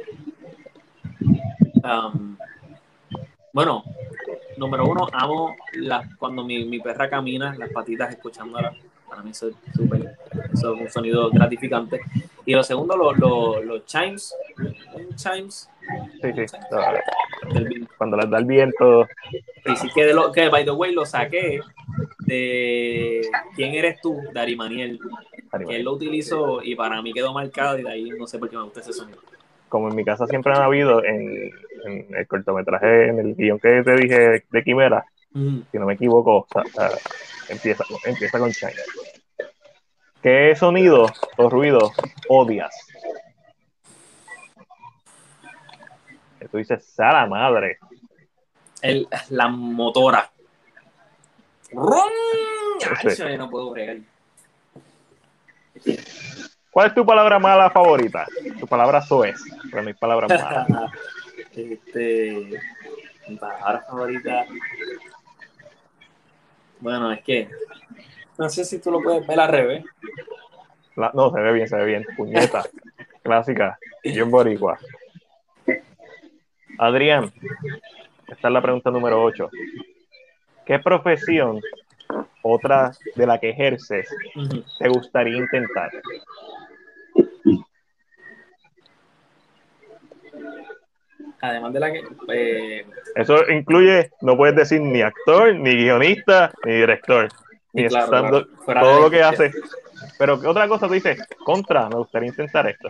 um, bueno, número uno, amo la, cuando mi, mi perra camina, las patitas escuchándola. Para mí eso es súper, eso es un sonido gratificante. Y lo segundo, los lo, lo chimes, chimes.
Sí, sí. No, cuando les da el viento.
Y sí que, de lo, que, by the way, lo saqué de ¿Quién eres tú? De Ari Maniel. Que él lo utilizó y para mí quedó marcado y de ahí no sé por qué me gusta ese sonido.
Como en mi casa siempre han habido en, en el cortometraje, en el guión que te dije de Quimera, mm. si no me equivoco, o sea, uh, empieza, empieza con China. ¿Qué sonido o ruido odias? Que tú dices, ¡sala madre!
El, la motora. ¡Rum!
Sí.
Ay, no puedo bregar.
¿Cuál es tu palabra mala favorita? Tu palabra soez, pero no hay palabra mala.
este, mi palabra favorita. Bueno, es que no sé si tú lo puedes ver al revés.
La, no, se ve bien, se ve bien. Puñeta. Clásica. John Boricua. Adrián, esta es la pregunta número ocho. ¿Qué profesión, otra de la que ejerces, uh-huh. te gustaría intentar?
Además de la que... Eh...
Eso incluye, no puedes decir ni actor, ni guionista, ni director, ni
claro,
estando,
claro.
todo
de...
lo que haces. Pero ¿qué otra cosa tú dices? Contra, me gustaría intentar esto.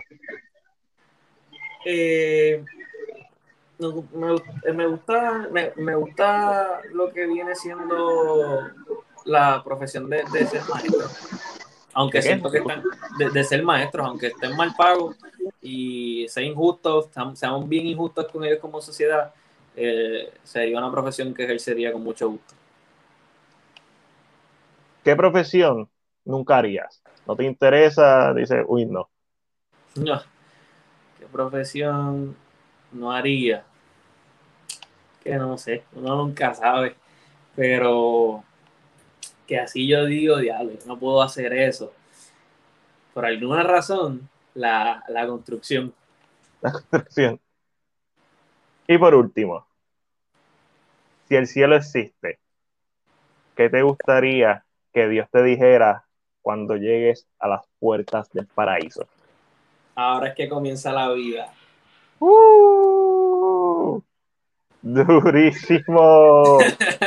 Eh, me, me, gusta, me, me gusta lo que viene siendo la profesión de, de ser maestro. Aunque siento que están, de, de ser maestros, aunque estén mal pagos y sean injustos, seamos bien injustos con ellos como sociedad, eh, sería una profesión que ejercería con mucho gusto.
¿Qué profesión nunca harías? ¿No te interesa? Dices, uy, no.
No. ¿Qué profesión no haría? Que no sé, uno nunca sabe, pero que así yo digo, diablo, no puedo hacer eso. Por alguna razón, la, la construcción.
La construcción. Y por último, si el cielo existe, ¿qué te gustaría que Dios te dijera cuando llegues a las puertas del paraíso?
Ahora es que comienza la vida.
¡Uh! ¡Durísimo!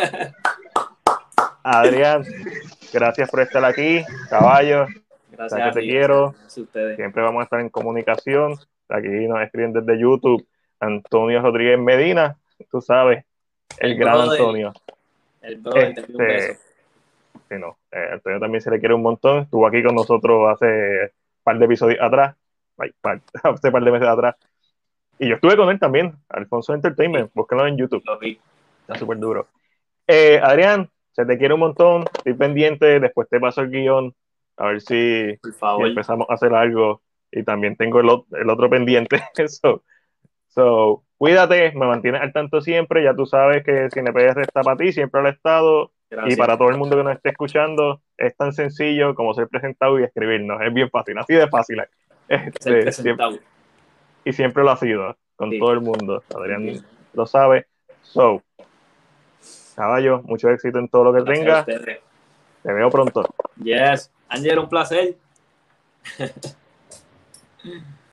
Adrián, gracias por estar aquí, caballo.
Gracias,
sabes que te
ti,
quiero.
Gracias a ustedes.
Siempre vamos a estar en comunicación. Aquí nos escriben desde YouTube Antonio Rodríguez Medina, tú sabes, el, el gran brother, Antonio.
El brother, este, un beso.
Sí, no, eh, Antonio también se le quiere un montón. Estuvo aquí con nosotros hace un par de episodios atrás, hace un par de meses atrás. Y yo estuve con él también, Alfonso Entertainment, búsquenlo en YouTube.
Lo vi.
Está súper duro. Eh, Adrián, se te quiere un montón, estoy pendiente, después te paso el guión, a ver si,
Por favor.
si empezamos a hacer algo, y también tengo el, el otro pendiente, so, so, cuídate, me mantienes al tanto siempre, ya tú sabes que Cine P R está para ti, siempre lo he estado,
Gracias.
y para todo el mundo que nos esté escuchando, es tan sencillo como ser presentado y escribirnos, es bien fácil, así de fácil. Este, siempre, y siempre lo ha sido, con sí. todo el mundo, Adrián sí. lo sabe, so, caballo, mucho éxito en todo lo que tengas. Te veo pronto.
Yes. Ángel, un placer.